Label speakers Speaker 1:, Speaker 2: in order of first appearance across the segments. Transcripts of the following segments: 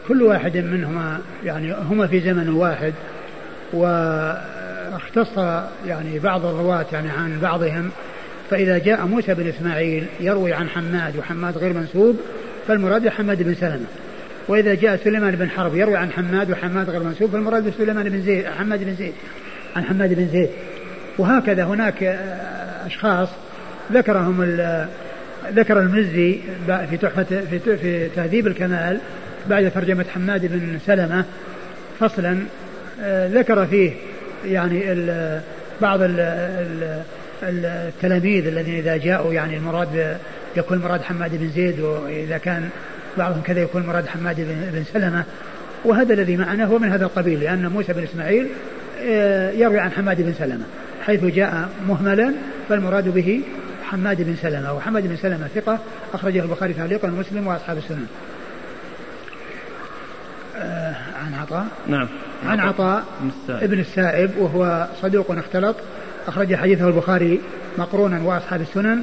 Speaker 1: كل واحد منهما يعني هما في زمن واحد، واختص يعني بعض الرواة يعني عن بعضهم. فإذا جاء موسى بن إسماعيل يروي عن حماد وحماد غير منسوب فالمراد حماد بن سلمة، وإذا جاء سليمان بن حرب يروي عن حماد وحماد غير منسوب فالمراد سليمان بن زيد حماد بن زيد عن حماد بن زيد. وهكذا هناك أشخاص ذكر المزي في تحفة في تهذيب الكمال بعد ترجمة حماد بن سلمة فصلا ذكر فيه يعني بعض التلاميذ الذين إذا جاءوا يعني المراد يكون مراد حماد بن زيد، وإذا كان بعضهم كذا يكون مراد حماد بن سلمة. وهذا الذي معنا هو من هذا القبيل، لأن موسى بن إسماعيل يروي عن حماد بن سلمة حيث جاء مهملا فالمراد به حماد بن سلمة. وحماد بن سلمة ثقة أخرجه البخاري تعليقا ومسلم وأصحاب السنن. عن عطاء
Speaker 2: نعم
Speaker 1: عن عطاء ابن السائب وهو صدوق اختلط أخرج حديثه البخاري مقرونا وأصحاب السنن.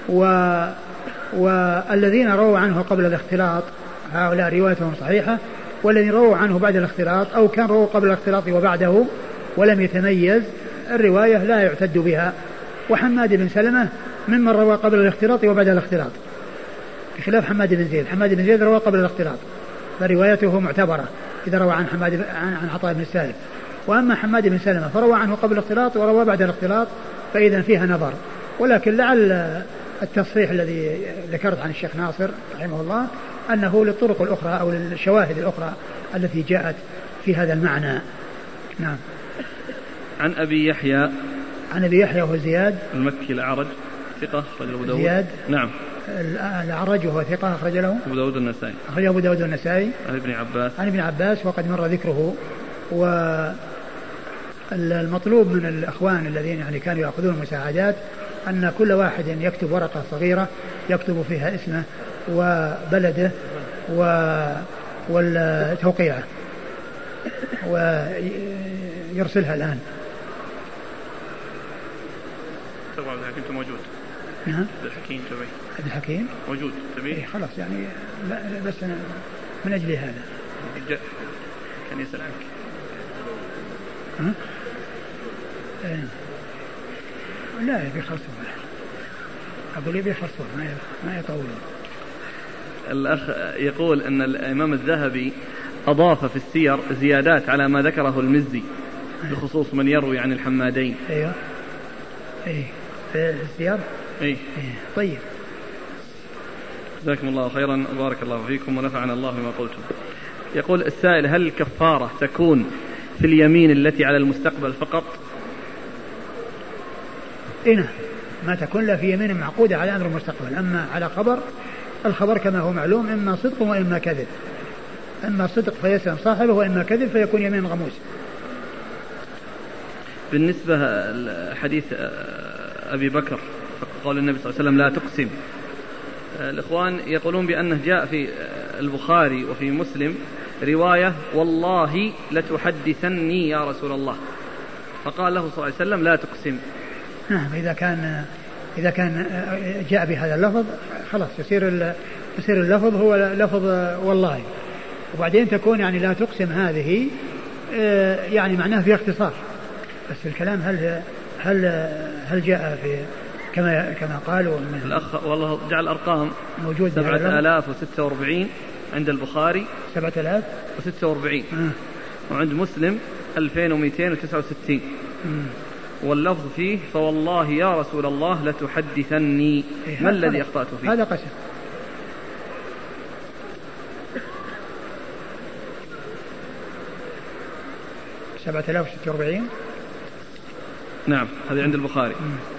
Speaker 1: والذين رووا عنه قبل الاختلاط هؤلاء روايتهم صحيحة، والذين رووا عنه بعد الاختلاط أو كان رووا قبل الاختلاط وبعده ولم يتميز الرواية لا يعتد بها. وحماد بن سلمة ممن روى قبل الاختلاط وبعد الاختلاط بخلاف حماد بن زيد. حماد بن زيد روى قبل الاختلاط فروايته معتبرة إذا روى عن عن عطاء بن السائب. وأما حماد بن سلمة فروى عنه قبل الاختلاط وروى بعد الاختلاط فإذا فيها نظر. ولكن لعل التصحيح الذي ذكرت عن الشيخ ناصر رحمه الله أنه للطرق الأخرى أو للشواهد الأخرى التي جاءت في هذا المعنى. نعم.
Speaker 2: عن أبي يحيى
Speaker 1: وهو زياد
Speaker 2: المكي الأعرج ثقة أخرج له أبو داود.
Speaker 1: زياد
Speaker 2: نعم
Speaker 1: الأعرج وهو ثقة أخرج له
Speaker 2: أبو داود النسائي.
Speaker 1: أخرج أبو داود النسائي
Speaker 2: عن
Speaker 1: ابن عباس وقد مر ذكره. والمطلوب من الأخوان الذين يعني كانوا يأخذون المساعدات أن كل واحد يكتب ورقة صغيرة يكتب فيها اسمه وبلده والتوقيعه ويرسلها الآن.
Speaker 2: طبعا الحكيم موجود.
Speaker 1: نعم
Speaker 2: الحكيم تبعي
Speaker 1: عبد الحكيم
Speaker 2: موجود تبعي
Speaker 1: خلاص يعني بس من أجل هذا
Speaker 2: كان يسأل عنك.
Speaker 1: لا يبي خلصه أقول يبي خلصه ما يطول.
Speaker 2: الأخ يقول أن الإمام الذهبي أضاف في السير زيادات على ما ذكره المزي بخصوص من يروي عن الحمادين.
Speaker 1: أيوه في السير. طيب
Speaker 2: جزاكم الله خيرا وبارك الله فيكم ونفعنا الله بما قلتم. يقول السائل هل الكفارة تكون في اليمين التي على المستقبل فقط؟
Speaker 1: إنه ما تكون لا في يمين معقودة على أمر المستقبل. أما على خبر الخبر كما هو معلوم إما صدق وإما كذب، إما صدق فيسلم صاحبه وإما كذب فيكون يمين غموس.
Speaker 2: بالنسبة لحديث أبي بكر قال النبي صلى الله عليه وسلم لا تقسم، الإخوان يقولون بأنه جاء في البخاري وفي مسلم رواية والله لتحدثني يا رسول الله، فقال له صلى الله عليه وسلم لا تقسم.
Speaker 1: نعم إذا كان جاء بهذا اللفظ خلاص يصير اللفظ هو لفظ والله، وبعدين تكون يعني لا تقسم هذه يعني معناه في اختصار. بس الكلام هل جاء في كما قالوا
Speaker 2: الأخ والله جعل أرقام
Speaker 1: موجود
Speaker 2: 7046 عند البخاري
Speaker 1: 7046
Speaker 2: وعند مسلم 2269 واللفظ فيه فوالله يا رسول الله لتحدثني. ما الذي أخطأت فيه؟
Speaker 1: هذا قسم. سبعة آلاف وستة وأربعين.
Speaker 2: نعم هذا عند البخاري.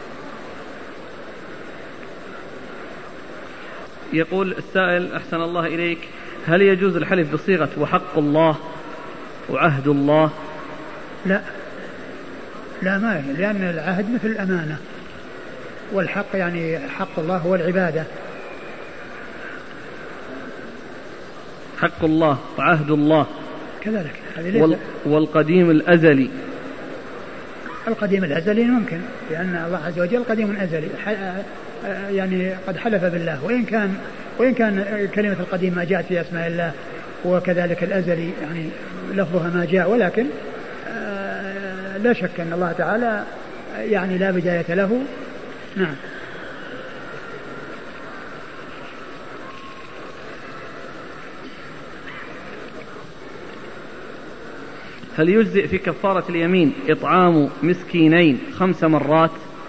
Speaker 2: يقول السائل أحسن الله إليك هل يجوز الحلف بصيغة وحق الله وعهد الله؟
Speaker 1: لا ما، لأن العهد مثل الأمانة والحق يعني حق الله هو العبادة.
Speaker 2: حق الله وعهد الله
Speaker 1: كذلك.
Speaker 2: والقديم الأزلي.
Speaker 1: القديم الأزلي ممكن، لأن الله عز وجل قديم أزلي يعني قد حلف بالله، وإن كان كلمة القديم ما جاءت في أسماء الله وكذلك الأزلي يعني لفظها ما جاء، ولكن لا شك أن الله تعالى يعني لا بداية له. نعم.
Speaker 2: هل يجزئ في كفارة اليمين إطعام مسكينين 5 مرات؟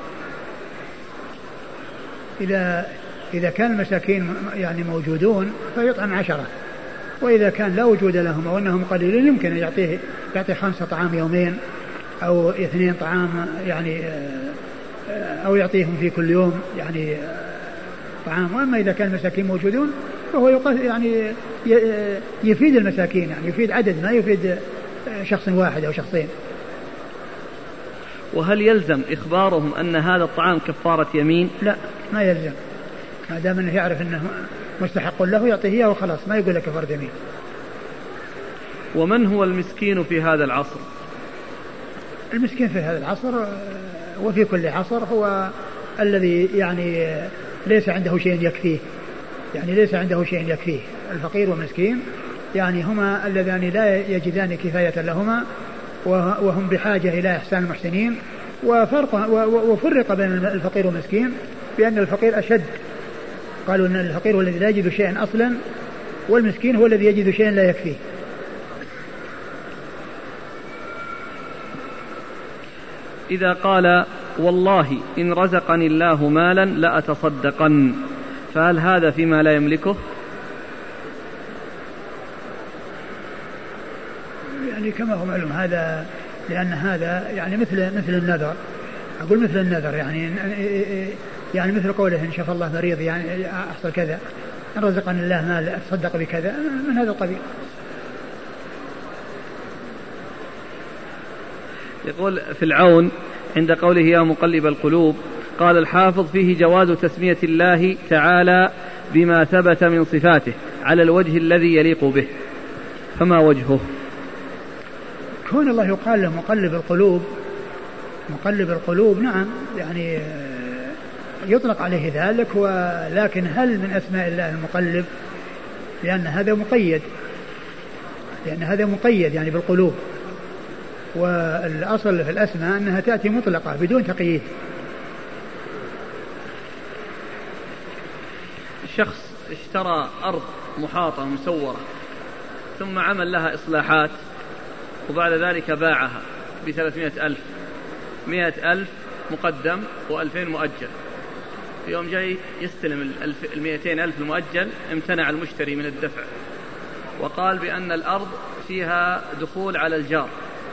Speaker 1: إذا كان المساكين يعني موجودون فيطعم 10، وإذا كان لا وجود لهم أو أنهم قليلين يمكن أن يعطي 5 طعام يومين أو 2 طعام يعني أو يعطيهم في كل يوم يعني طعام. وأما إذا كان المساكين موجودون فهو يعني يفيد المساكين، يعني يفيد عدد ما يفيد شخص واحد أو شخصين.
Speaker 2: وهل يلزم إخبارهم أن هذا الطعام كفارة يمين؟
Speaker 1: لا، ما يلزم، ما دام أنه يعرف أنه مستحق له يعطيه إياه وخلاص، ما يقول لك كفارة يمين.
Speaker 2: ومن هو المسكين في هذا العصر؟
Speaker 1: المسكين في هذا العصر وفي كل عصر هو الذي يعني ليس عنده شيء يكفيه، يعني ليس عنده شيء يكفيه. الفقير والمسكين يعني هما اللذان لا يجدان كفاية لهما وهم بحاجة إلى إحسان المحسنين. وفرق بين الفقير والمسكين بأن الفقير أشد، قالوا أن الفقير هو الذي لا يجد شيئا أصلا، والمسكين هو الذي يجد شيئا لا يكفيه.
Speaker 2: إذا قال والله إن رزقني الله مالا لأتصدقن، فهل هذا فيما لا يملكه؟
Speaker 1: يعني كما هو معلوم هذا، لأن هذا يعني مثل النذر، أقول مثل النذر يعني مثل قوله إن شاف الله مريض يعني أحصل كذا، إن رزقني الله مال أتصدق بكذا، من هذا القبيل.
Speaker 2: يقول في العون عند قوله يا مقلب القلوب، قال الحافظ فيه جواز تسمية الله تعالى بما ثبت من صفاته على الوجه الذي يليق به، فما وجهه؟
Speaker 1: كون الله يقال له مقلب القلوب نعم، يعني يطلق عليه ذلك، ولكن هل من أسماء الله المقلب؟ لأن هذا مقيد يعني بالقلوب، والأصل في الأسماء أنها تأتي مطلقة بدون تقييد.
Speaker 2: شخص اشترى أرض محاطة مسورة ثم عمل لها إصلاحات وبعد ذلك باعها ب300,000، 100,000 مقدم و2000 مؤجل. يوم جاي يستلم 200,000 المؤجل امتنع المشتري من الدفع، وقال بأن الأرض فيها دخول على الجار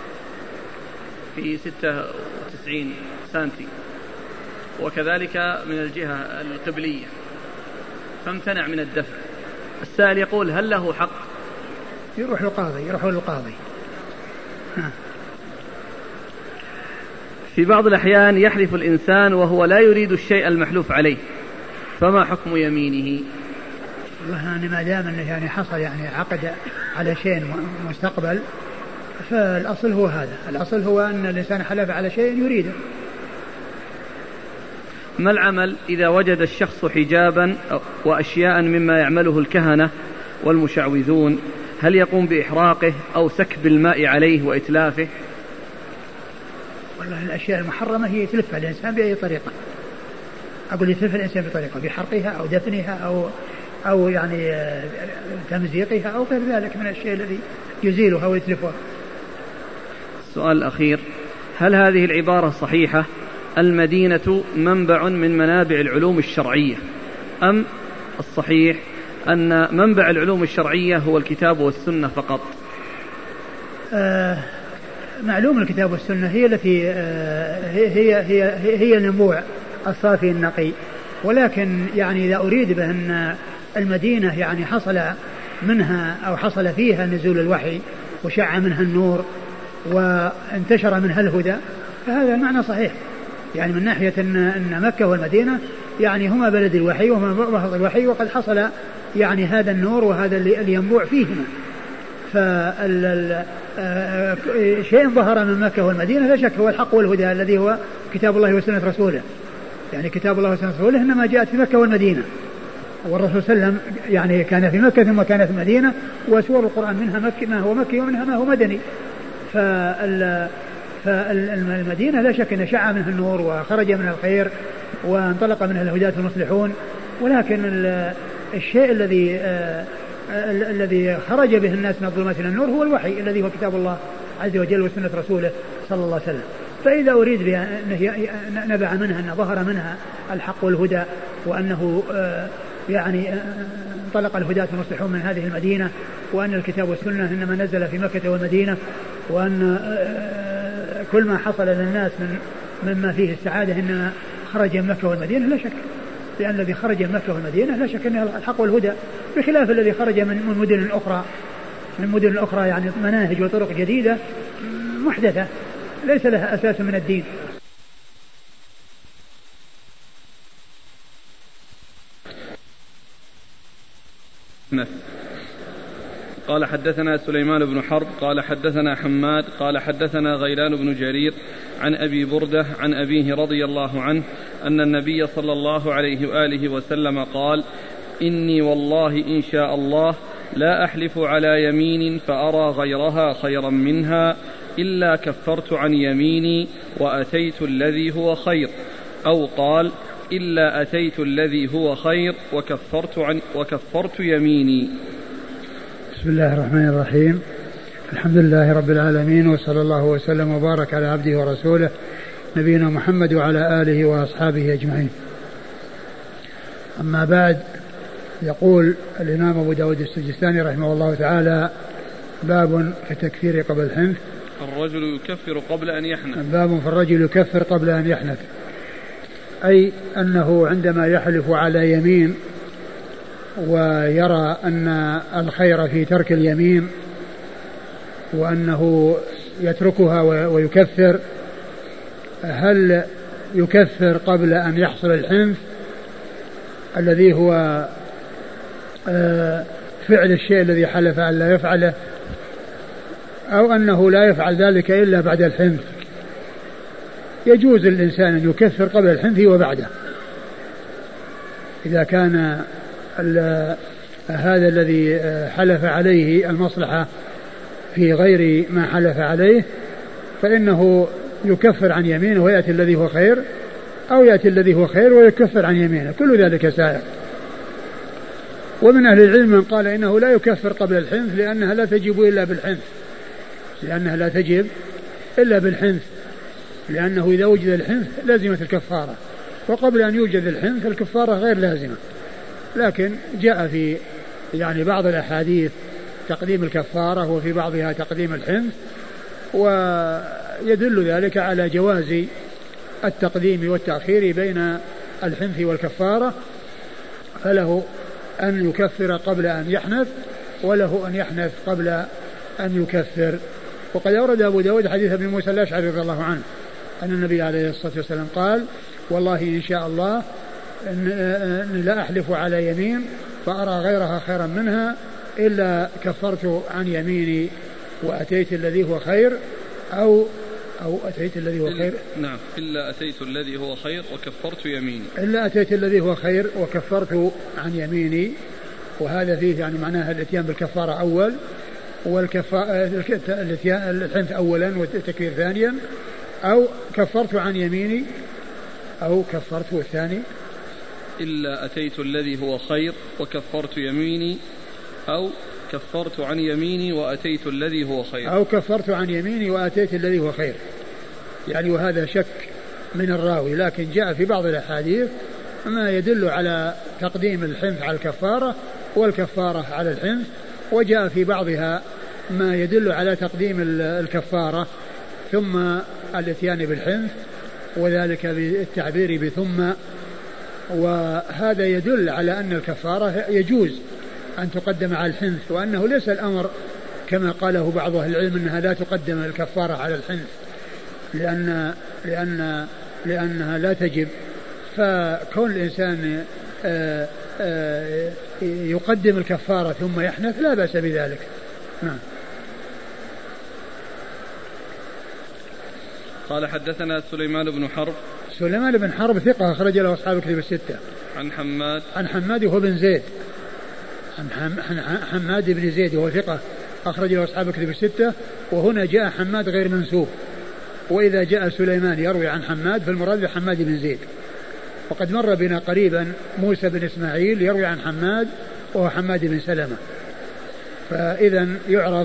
Speaker 2: في 96 سنتي وكذلك من الجهة القبلية، فامتنع من الدفع. السائل يقول هل له حق؟
Speaker 1: يروح للقاضي.
Speaker 2: في بعض الأحيان يحلف الإنسان وهو لا يريد الشيء المحلوف عليه، فما حكم يمينه؟
Speaker 1: والله أنا ما دام أنه يعني حصل يعني عقد على شيء مستقبل، فالأصل هو هذا، الأصل هو أن الإنسان حلف على شيء يريده.
Speaker 2: ما العمل إذا وجد الشخص حجابا وأشياء مما يعمله الكهنة والمشعوذون؟ هل يقوم بإحراقه أو سكب الماء عليه وإتلافه؟
Speaker 1: والله الأشياء المحرمة هي يتلفها الإنسان بأي طريقة، أقول يتلفها الإنسان بطريقة بحرقها أو دفنها أو يعني تمزيقها أو غير ذلك من الشيء الذي يزيلها ويتلفها.
Speaker 2: السؤال الأخير، هل هذه العبارة صحيحة المدينة منبع من منابع العلوم الشرعية، أم الصحيح أن منبع العلوم الشرعية هو الكتاب والسنة فقط؟
Speaker 1: معلوم الكتاب والسنة هي التي هي النبوع الصافي النقي، ولكن يعني إذا أريد بأن المدينة يعني حصل منها أو حصل فيها نزول الوحي وشع منها النور وانتشر منها الهدى، فهذا المعنى صحيح، يعني من ناحية أن مكة والمدينة يعني هما بلد الوحي وهما مهد الوحي، وقد حصل يعني هذا النور وهذا اللي ينبوع فيهما. شيء ظهر من مكة والمدينة لا شك هو الحق والهدى الذي هو كتاب الله وسنة رسوله، يعني كتاب الله وسنة رسوله إنما جاءت في مكة والمدينة، والرسول صلى الله عليه وسلم يعني كان في مكة ثم كان في المدينة، وسور القرآن منها ما هو مكي ومنها ما هو مدني. فالمدينة لا شك أن شع منها النور وخرج منها الخير وانطلق منها الهداة المصلحون، ولكن الشيء الذي خرج به الناس من الظلمات إلى النور هو الوحي الذي هو كتاب الله عز وجل وسنة رسوله صلى الله عليه وسلم. فإذا أريد بأنه نبع منها أن ظهر منها الحق والهدى، وأنه يعني انطلق الهداة المصلحون من هذه المدينة، وأن الكتاب والسنة إنما نزل في مكة والمدينة، وأن كل ما حصل للناس مما فيه السعادة إنما خرج من مكة والمدينة، لا شك، لأن الذي خرج من مكة والمدينة لا شك أنه الحق والهدى، بخلاف الذي خرج من مدن أخرى يعني مناهج وطرق جديدة محدثة ليس لها أساس من الدين.
Speaker 2: قال حدثنا سليمان بن حرب قال حدثنا حماد قال حدثنا غيلان بن جرير عن أبي بردة عن أبيه رضي الله عنه أن النبي صلى الله عليه وآله وسلم قال: إني والله إن شاء الله لا أحلف على يمين فأرى غيرها خيرا منها إلا كفرت عن يميني وأتيت الذي هو خير، أو قال: إلا أتيت الذي هو خير وكفرت يميني.
Speaker 1: بسم الله الرحمن الرحيم. الحمد لله رب العالمين، وصلى الله وسلم وبارك على عبده ورسوله نبينا محمد وعلى آله وأصحابه أجمعين. أما بعد، يقول الإمام أبو داود السجستاني رحمه الله تعالى: باب في التكفير قبل الحنث.
Speaker 2: الرجل يكفر قبل أن يحنث. باب
Speaker 1: في الرجل يكفر قبل أن يحنث، أي أنه عندما يحلف على يمين ويرى أن الخير في ترك اليمين وأنه يتركها ويكفر، هل يكفر قبل أن يحصل الحنث الذي هو فعل الشيء الذي حلف أن لا يفعله، أو أنه لا يفعل ذلك إلا بعد الحنث؟ يجوز للإنسان أن يكفر قبل الحنث وبعده إذا كان هذا الذي حلف عليه المصلحة في غير ما حلف عليه، فإنه يكفر عن يمينه ويأتي الذي هو خير، أو يأتي الذي هو خير ويكفر عن يمينه، كل ذلك سائر. ومن أهل العلم من قال إنه لا يكفر قبل الحنث لأنها لا تجب إلا بالحنث، لأنه إذا وجد الحنث لازمت الكفارة، وقبل أن يوجد الحنث الكفارة غير لازمة. لكن جاء في يعني بعض الأحاديث تقديم الكفارة وفي بعضها تقديم الحنث، ويدل ذلك على جواز التقديم والتأخير بين الحنث والكفارة، فله أن يكفر قبل أن يحنث، وله أن يحنث قبل أن يكفر. وقد أورد أبو داود حديث ابن موسى الأشعري رضي الله عنه أن النبي عليه الصلاة والسلام قال: والله إن شاء الله إن لا أحلف على يمين فأرى غيرها خيرا منها إلا كفرت عن يميني وأتيت الذي هو خير، أو أتيت الذي هو خير.
Speaker 2: نعم، إلا أتيت الذي هو خير وكفرت يميني.
Speaker 1: إلا أتيت الذي هو خير وكفرت عن يميني، وهذا فيه يعني معناها الاتيان بالكفارة أول، الحنث أولا والتكفير ثانيا، أو كفرت عن يميني، أو كفرت الثاني.
Speaker 2: إلا أتيت الذي هو خير وكفرت يميني، أو كفرت عن يميني وأتيت الذي هو خير،
Speaker 1: أو كفرت عن يميني وأتيت الذي هو خير. يعني وهذا شك من الراوي، لكن جاء في بعض الأحاديث ما يدل على تقديم الحنث على الكفارة والكفارة على الحنث، وجاء في بعضها ما يدل على تقديم الكفارة ثم الاتيان بالحنث، وذلك بالتعبير بثم. وهذا يدل على أن الكفارة يجوز أن تقدم على الحنث، وأنه ليس الأمر كما قاله بعض أهل العلم أنها لا تقدم الكفارة على الحنث لأنها لا تجب. فكون الإنسان يقدم الكفارة ثم يحنث لا بأس بذلك. نعم.
Speaker 2: قال حدثنا سليمان بن حرب.
Speaker 1: سليمان بن حرب ثقة أخرج له أصحاب الكتب الستة.
Speaker 2: عن
Speaker 1: حماد وهو بن زيد، حماد بن زيد وهو ثقة أخرج له أصحاب الكتب الستة. وهنا جاء حماد غير منسوب، وإذا جاء سليمان يروي عن حماد فالمراد بحماد بن زيد. وقد مر بنا قريبا موسى بن إسماعيل يروي عن حماد وهو حماد بن سلمة. فإذا يعرف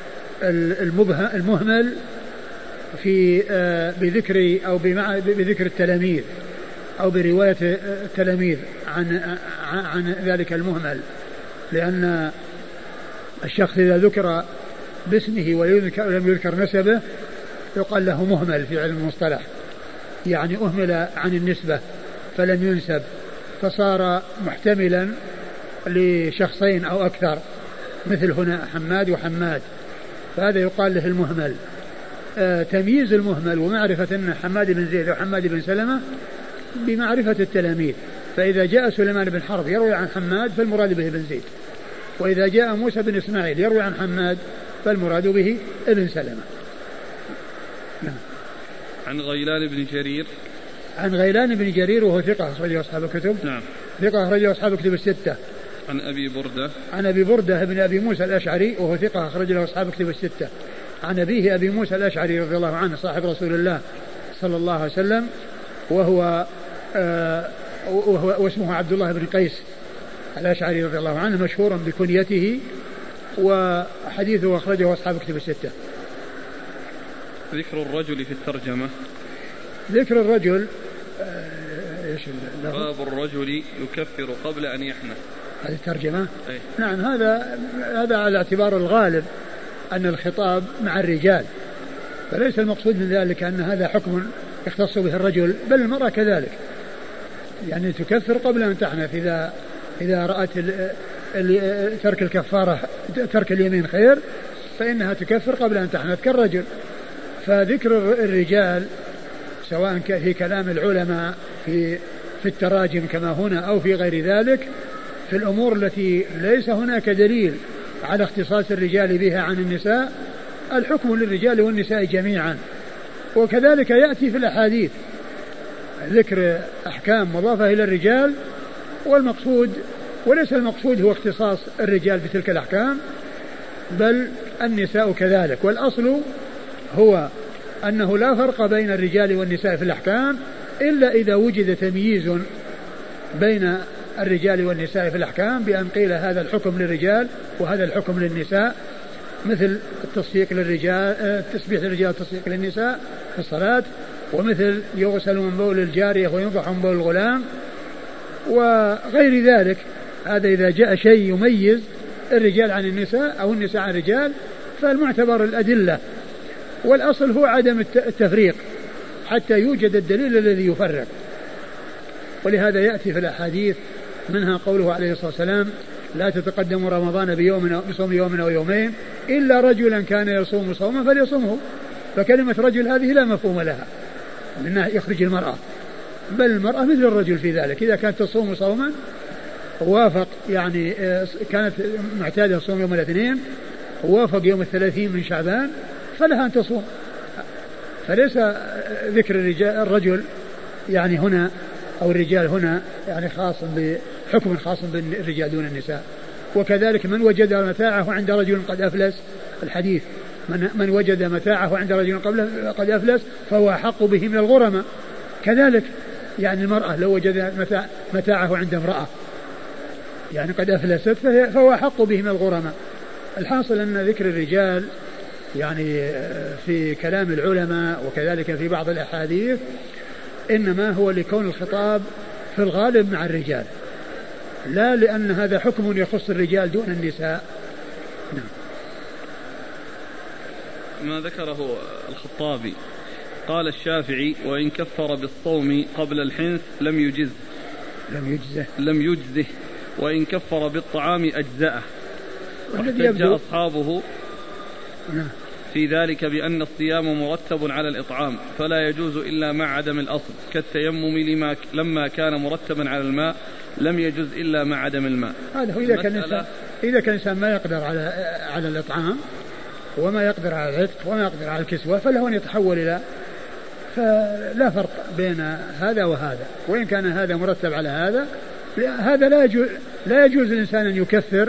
Speaker 1: المهمل في بذكر أو بذكر التلاميذ أو برواية التلاميذ عن ذلك المهمل، لأن الشخص إذا ذكر باسمه ولم يذكر نسبه يقال له مهمل في علم المصطلح، يعني أهمل عن النسبة فلم ينسب، فصار محتملا لشخصين أو أكثر، مثل هنا حماد وحماد، فهذا يقال له المهمل. تمييز المهمل ومعرفة أن حماد بن زيد وحماد بن سلمة بمعرفة التلاميذ، فإذا جاء سليمان بن حرب يروي عن حماد فالمراد به بن زيد، وإذا جاء موسى بن إسماعيل يروي عن حماد فالمراد به ابن سلمة.
Speaker 2: عن غيلان بن جرير.
Speaker 1: عن غيلان بن جرير وهو ثقة أخرجه أصحاب الكتب.
Speaker 2: نعم.
Speaker 1: ثقة أخرجه أصحاب الكتب الستة.
Speaker 2: عن أبي بردة.
Speaker 1: عن أبي بردة بن أبي موسى الأشعري وهو ثقة أخرج له أصحاب الكتب الستة. عن أبيه أبي موسى الأشعري رضي الله عنه صاحب رسول الله صلى الله عليه وسلم، وهو واسمه عبد الله بن قيس الأشعري رضي الله عنه، مشهور بكنيته، وحديثه أخرجه أصحاب الكتب الستة.
Speaker 2: ذكر الرجل في الترجمة.
Speaker 1: ذكر الرجل
Speaker 2: باب الرجل يكفر قبل أن يحنث.
Speaker 1: هذه الترجمة.
Speaker 2: أي.
Speaker 1: نعم، هذا على اعتبار الغالب أن الخطاب مع الرجال، فليس المقصود من ذلك أن هذا حكم يختص به الرجل، بل المرأة كذلك، يعني تكفر قبل أن تحنث إذا رأت ترك الكفارة ترك اليمين خير فإنها تكفر قبل أن تحنث كالرجل. فذكر الرجال سواء في كلام العلماء في التراجم كما هنا أو في غير ذلك، في الأمور التي ليس هناك دليل على اختصاص الرجال بها عن النساء، الحكم للرجال والنساء جميعا. وكذلك يأتي في الأحاديث ذكر أحكام مضافة إلى الرجال، والمقصود وليس المقصود هو اختصاص الرجال بتلك الأحكام، بل النساء كذلك. والأصل هو أنه لا فرق بين الرجال والنساء في الأحكام إلا إذا وجد تمييز بين الرجال والنساء في الأحكام، بأن قيل هذا الحكم للرجال وهذا الحكم للنساء، مثل التصفيق للرجال، التسبيح للرجال والتصفيق للنساء في الصلاة، ومثل يغسل من بول الجارية وينضح من بول الغلام وغير ذلك. هذا إذا جاء شيء يميز الرجال عن النساء أو النساء عن الرجال فالمعتبر الأدلة، والأصل هو عدم التفريق حتى يوجد الدليل الذي يفرق. ولهذا يأتي في الأحاديث منها قوله عليه الصلاة والسلام: لا تتقدم رمضان بصوم يوم أو يومين إلا رجلا كان يصوم صوما فليصومه. فكلمة رجل هذه لا مفهوم لها منها يخرج المرأة، بل المرأة مثل الرجل في ذلك، إذا كانت تصوم صوما وافق، يعني كانت معتادة تصوم يوم الاثنين ووافق يوم 30 من شعبان فلها أن تصوم. فليس ذكر الرجل يعني هنا أو الرجال هنا يعني خاص بحكم خاص بالرجال دون النساء. وكذلك من وجد متاعه عند رجل قد أفلس، الحديث من وجد متاعه عند رجل قد أفلس فهو أحق به من الغرماء. كذلك يعني المرأة لو وجد متاعه عند امرأة يعني قد أفلست فهو أحق به من الغرماء. الحاصل أن ذكر الرجال يعني في كلام العلماء وكذلك في بعض الأحاديث إنما هو لكون الخطاب في الغالب مع الرجال، لا لأن هذا حكم يخص الرجال دون النساء. نعم.
Speaker 2: ما ذكره الخطابي قال الشافعي: وإن كفر بالصوم قبل الحنث لم يجزه وإن كفر بالطعام أجزأه. واحتج أصحابه في ذلك بأن الصيام مرتب على الإطعام فلا يجوز إلا مع عدم الأصل، كالتيمم لما كان مرتبا على الماء لم يجوز إلا مع عدم الماء.
Speaker 1: هذا هو إذا كان الإنسان ما يقدر على الإطعام وما يقدر على العتق وما يقدر على الكسوة فله أن يتحول إلى، فلا فرق بين هذا وهذا، وإن كان هذا مرتب على هذا هذا لا يجوز الإنسان أن يكفر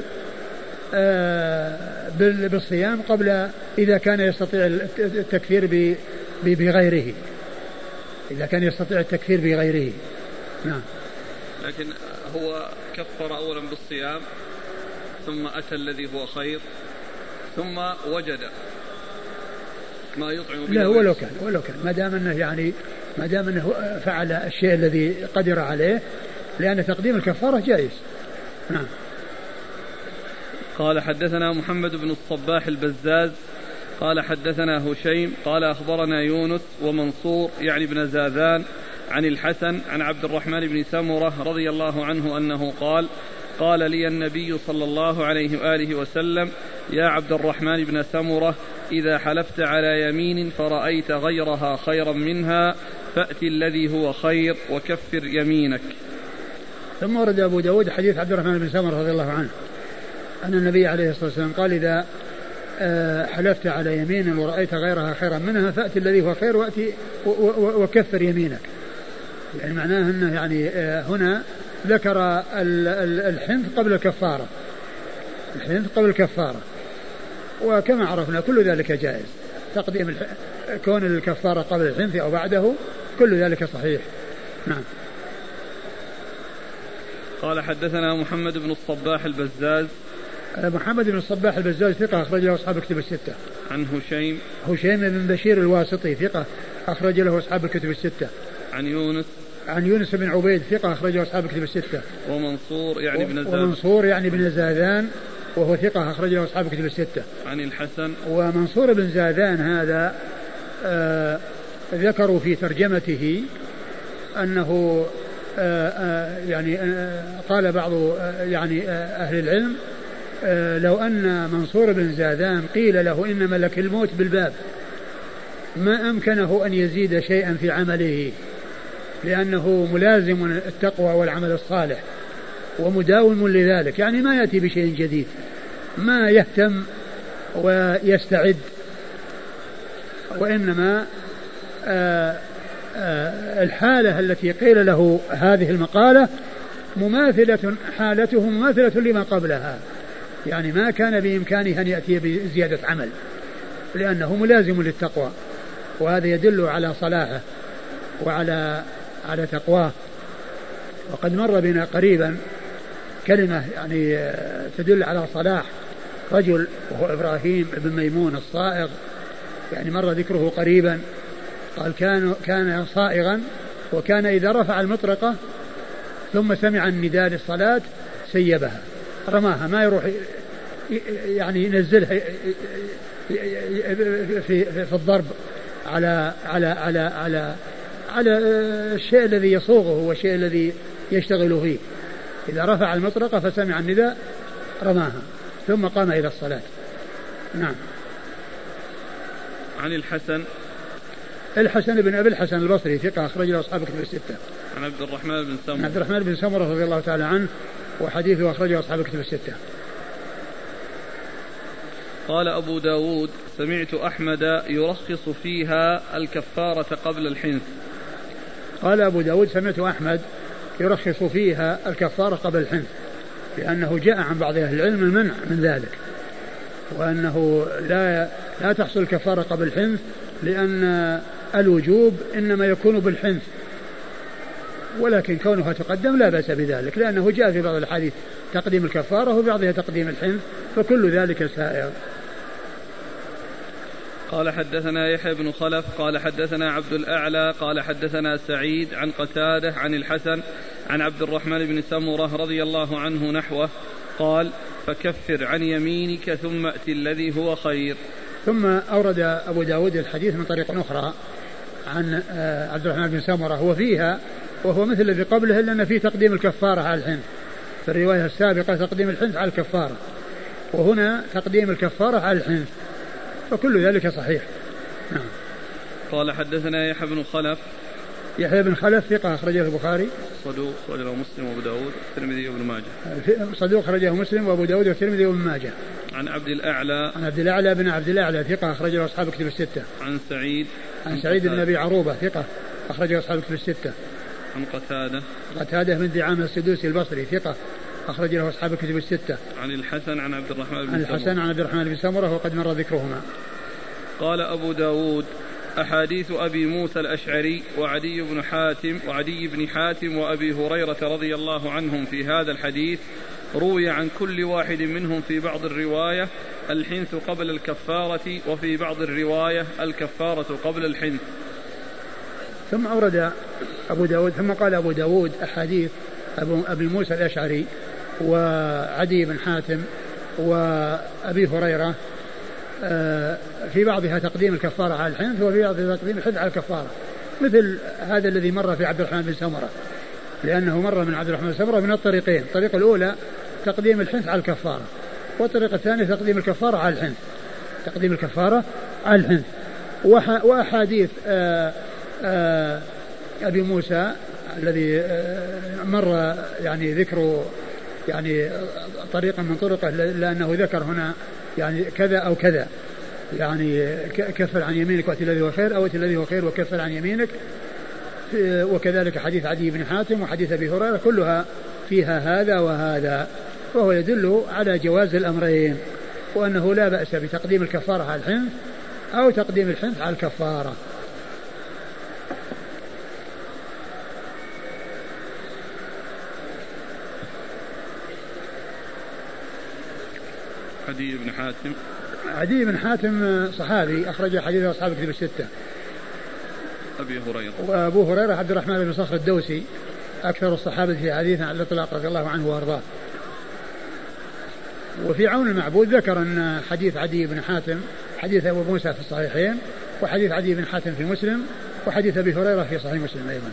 Speaker 1: بالصيام قبل إذا كان يستطيع التكفير بغيره، إذا كان يستطيع التكفير بغيره. نعم.
Speaker 2: لكن هو كفر أولا بالصيام ثم أتى الذي هو خير ثم وجد ما يطعم به.
Speaker 1: لا ولو كان ما دام أنه فعل الشيء الذي قدر عليه، لأن تقديم الكفارة جائز. نعم.
Speaker 2: قال حدثنا محمد بن الصباح البزاز قال حدثنا هشيم قال أخبرنا يونس ومنصور يعني بن زاذان عن الحسن عن عبد الرحمن بن سمرة رضي الله عنه أنه قال لي النبي صلى الله عليه وآله وسلم: يا عبد الرحمن بن سمرة، إذا حلفت على يمين فرأيت غيرها خيرا منها فأت الذي هو خير وكفر يمينك.
Speaker 1: ثم ورد أبو داود حديث عبد الرحمن بن سمرة رضي الله عنه أن النبي عليه الصلاة والسلام قال: إذا حلفت على يمين ورأيت غيرها خيرا منها فأت الذي هو خير وكفر يمينك. يعني معناه أنه يعني هنا ذكر الحنث قبل الكفارة، الحنث قبل الكفارة، وكما عرفنا كل ذلك جائز، تقديم كون الكفارة قبل الحنث أو بعده كل ذلك صحيح. نعم.
Speaker 2: قال حدثنا محمد بن الصباح البزاز.
Speaker 1: محمد بن الصباح البزاز ثقة أخرج له أصحاب الكتب الستة.
Speaker 2: عن
Speaker 1: هشيم بن بشير الواسطي ثقة أخرج له أصحاب الكتب الستة. عن يونس بن عبيد ثقة أخرج له أصحاب الكتب الستة. ومنصور يعني بن زاذان وهو ثقة أخرج له أصحاب الكتب الستة.
Speaker 2: عن الحسن.
Speaker 1: ومنصور بن زاذان هذا ذكروا في ترجمته أنه يعني قال بعض يعني أهل العلم: لو أن منصور بن زاذان قيل له إن ملك الموت بالباب ما أمكنه أن يزيد شيئا في عمله، لأنه ملازم التقوى والعمل الصالح ومداوم لذلك، يعني ما يأتي بشيء جديد، ما يهتم ويستعد، وإنما الحالة التي قيل له هذه المقالة حالته مماثلة لما قبلها، يعني ما كان بإمكانه أن يأتي بزيادة عمل لأنه ملازم للتقوى، وهذا يدل على صلاحه وعلى تقواه. وقد مر بنا قريبا كلمة يعني تدل على صلاح رجل وهو إبراهيم بن ميمون الصائغ، يعني مر ذكره قريبا، قال كان صائغا، وكان إذا رفع المطرقة ثم سمع النداء للصلاة سيبها، رماها، ما يروح يعني ينزلها في الضرب على الشيء الذي يصوغه والشيء الذي يشتغل فيه. إذا رفع المطرقة فسمع النداء رماها ثم قام إلى الصلاة. نعم.
Speaker 2: عن
Speaker 1: الحسن بن أبي الحسن البصري ثقة أخرج له أصحاب الكتب الستة.
Speaker 2: عن عبد الرحمن
Speaker 1: بن سمرة رضي الله تعالى عنه وحديثه أخرجه أصحاب الكتب الستة.
Speaker 2: قال أبو داود: سمعت أحمد يرخص فيها الكفارة قبل الحنث.
Speaker 1: قال أبو داود: سمعت أحمد يرخص فيها الكفارة قبل الحنث، لأنه جاء عن بعض أهل العلم المنع من ذلك، وأنه لا تحصل الكفارة قبل الحنث، لأن الوجوب إنما يكون بالحنث، ولكن كونها تقدم لا بأس بذلك، لأنه جاء في بعض الحديث تقديم الكفارة وبعضها تقديم الحنث، فكل ذلك سائر.
Speaker 2: قال حدثنا يحيى بن خلف قال حدثنا عبد الأعلى قال حدثنا سعيد عن قتادة عن الحسن عن عبد الرحمن بن سمرة رضي الله عنه نحوه قال: فكفر عن يمينك ثم أتي الذي هو خير.
Speaker 1: ثم أورد أبو داود الحديث من طريق أخرى عن عبد الرحمن بن سمرة وفيها، وهو مثل الذي قبله، إلا أن فيه تقديم الكفارة على الحنث. في الرواية السابقة تقديم الحنث على الكفارة، وهنا تقديم الكفارة على الحنث، فكل ذلك صحيح. نعم.
Speaker 2: قال حدثنا يحيى بن خلف ثقة أخرجه البخاري،
Speaker 1: صدوق
Speaker 2: أخرجه مسلم وأبو داود والترمذي وابن ماجه.
Speaker 1: صدوق أخرجه مسلم وأبو داود والترمذي وابن ماجه.
Speaker 2: عن عبد الأعلى
Speaker 1: بن عبد الأعلى ثقة أخرجه أصحاب الكتب الستة.
Speaker 2: عن سعيد
Speaker 1: بن أبي عروبة ثقة أخرجه أصحاب الكتب الستة.
Speaker 2: عن
Speaker 1: قتادة من دعامة السدوسي البصري ثقة أخرج له أصحاب الكتب الستة.
Speaker 2: عن الحسن عن عبد الرحمن بن
Speaker 1: سمرة وقد مر ذكرهما.
Speaker 2: قال أبو داود أحاديث أبي موسى الأشعري وعدي بن حاتم وأبي هريرة رضي الله عنهم في هذا الحديث روي عن كل واحد منهم في بعض الرواية الحنث قبل الكفارة وفي بعض الرواية الكفارة قبل الحنث.
Speaker 1: ثم أورد أبو داود ثم قال أبو داود أحاديث أبي موسى الأشعري وعدي بن حاتم وأبي هريرة في بعضها تقديم الكفارة على الحنث وفي بعضها تقديم الحنث على الكفارة، مثل هذا الذي مر في عبد الرحمن بن سمرة، لأنه مر من عبد الرحمن بن سمرة من الطريقين، الطريقة الأولى تقديم الحنث على الكفارة، والطريقة الثانية تقديم الكفارة على الحنث، تقديم الكفارة على الحنث. وأحاديث أبي موسى الذي مر يعني ذكر يعني طريقا من طرقه، لأنه ذكر هنا يعني كذا أو كذا، يعني كفر عن يمينك وأتي الذي هو خير، أو أتي الذي هو خير وكفر عن يمينك. وكذلك حديث عدي بن حاتم وحديث أبي هريرة كلها فيها هذا وهذا، وهو يدل على جواز الأمرين، وأنه لا بأس بتقديم الكفارة على الحنث أو تقديم الحنث على الكفارة. عدي بن حاتم صحابي أخرج حديث أصحاب الكتب الستة. وأبو هريرة عبد الرحمن بن صخر الدوسي أكثر الصحابة في حديثا على الإطلاق رضي الله عنه وأرضاه. وفي عون المعبود ذكر أن حديث عدي بن حاتم حديث أبو موسى في الصحيحين، وحديث عدي بن حاتم في مسلم، وحديث أبي هريرة في صحيح مسلم أيضا.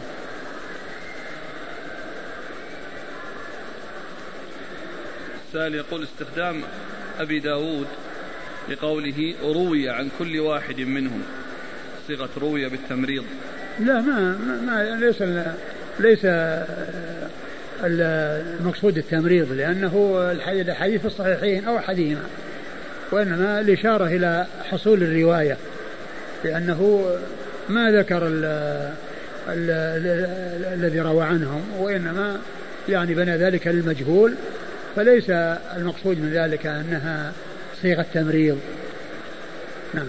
Speaker 2: السائل يقول استخدام أبي داود لقوله روي عن كل واحد منهم صيغة روي بالتمريض.
Speaker 1: لا ما ليس المقصود التمريض، لأنه الحديث الصحيحين أو أحدهما، وإنما الإشارة إلى حصول الرواية، لأنه ما ذكر الذي روى عنهم، وإنما يعني بنى ذلك للمجهول، فليس المقصود من ذلك أنها صيغة تمريض. نعم.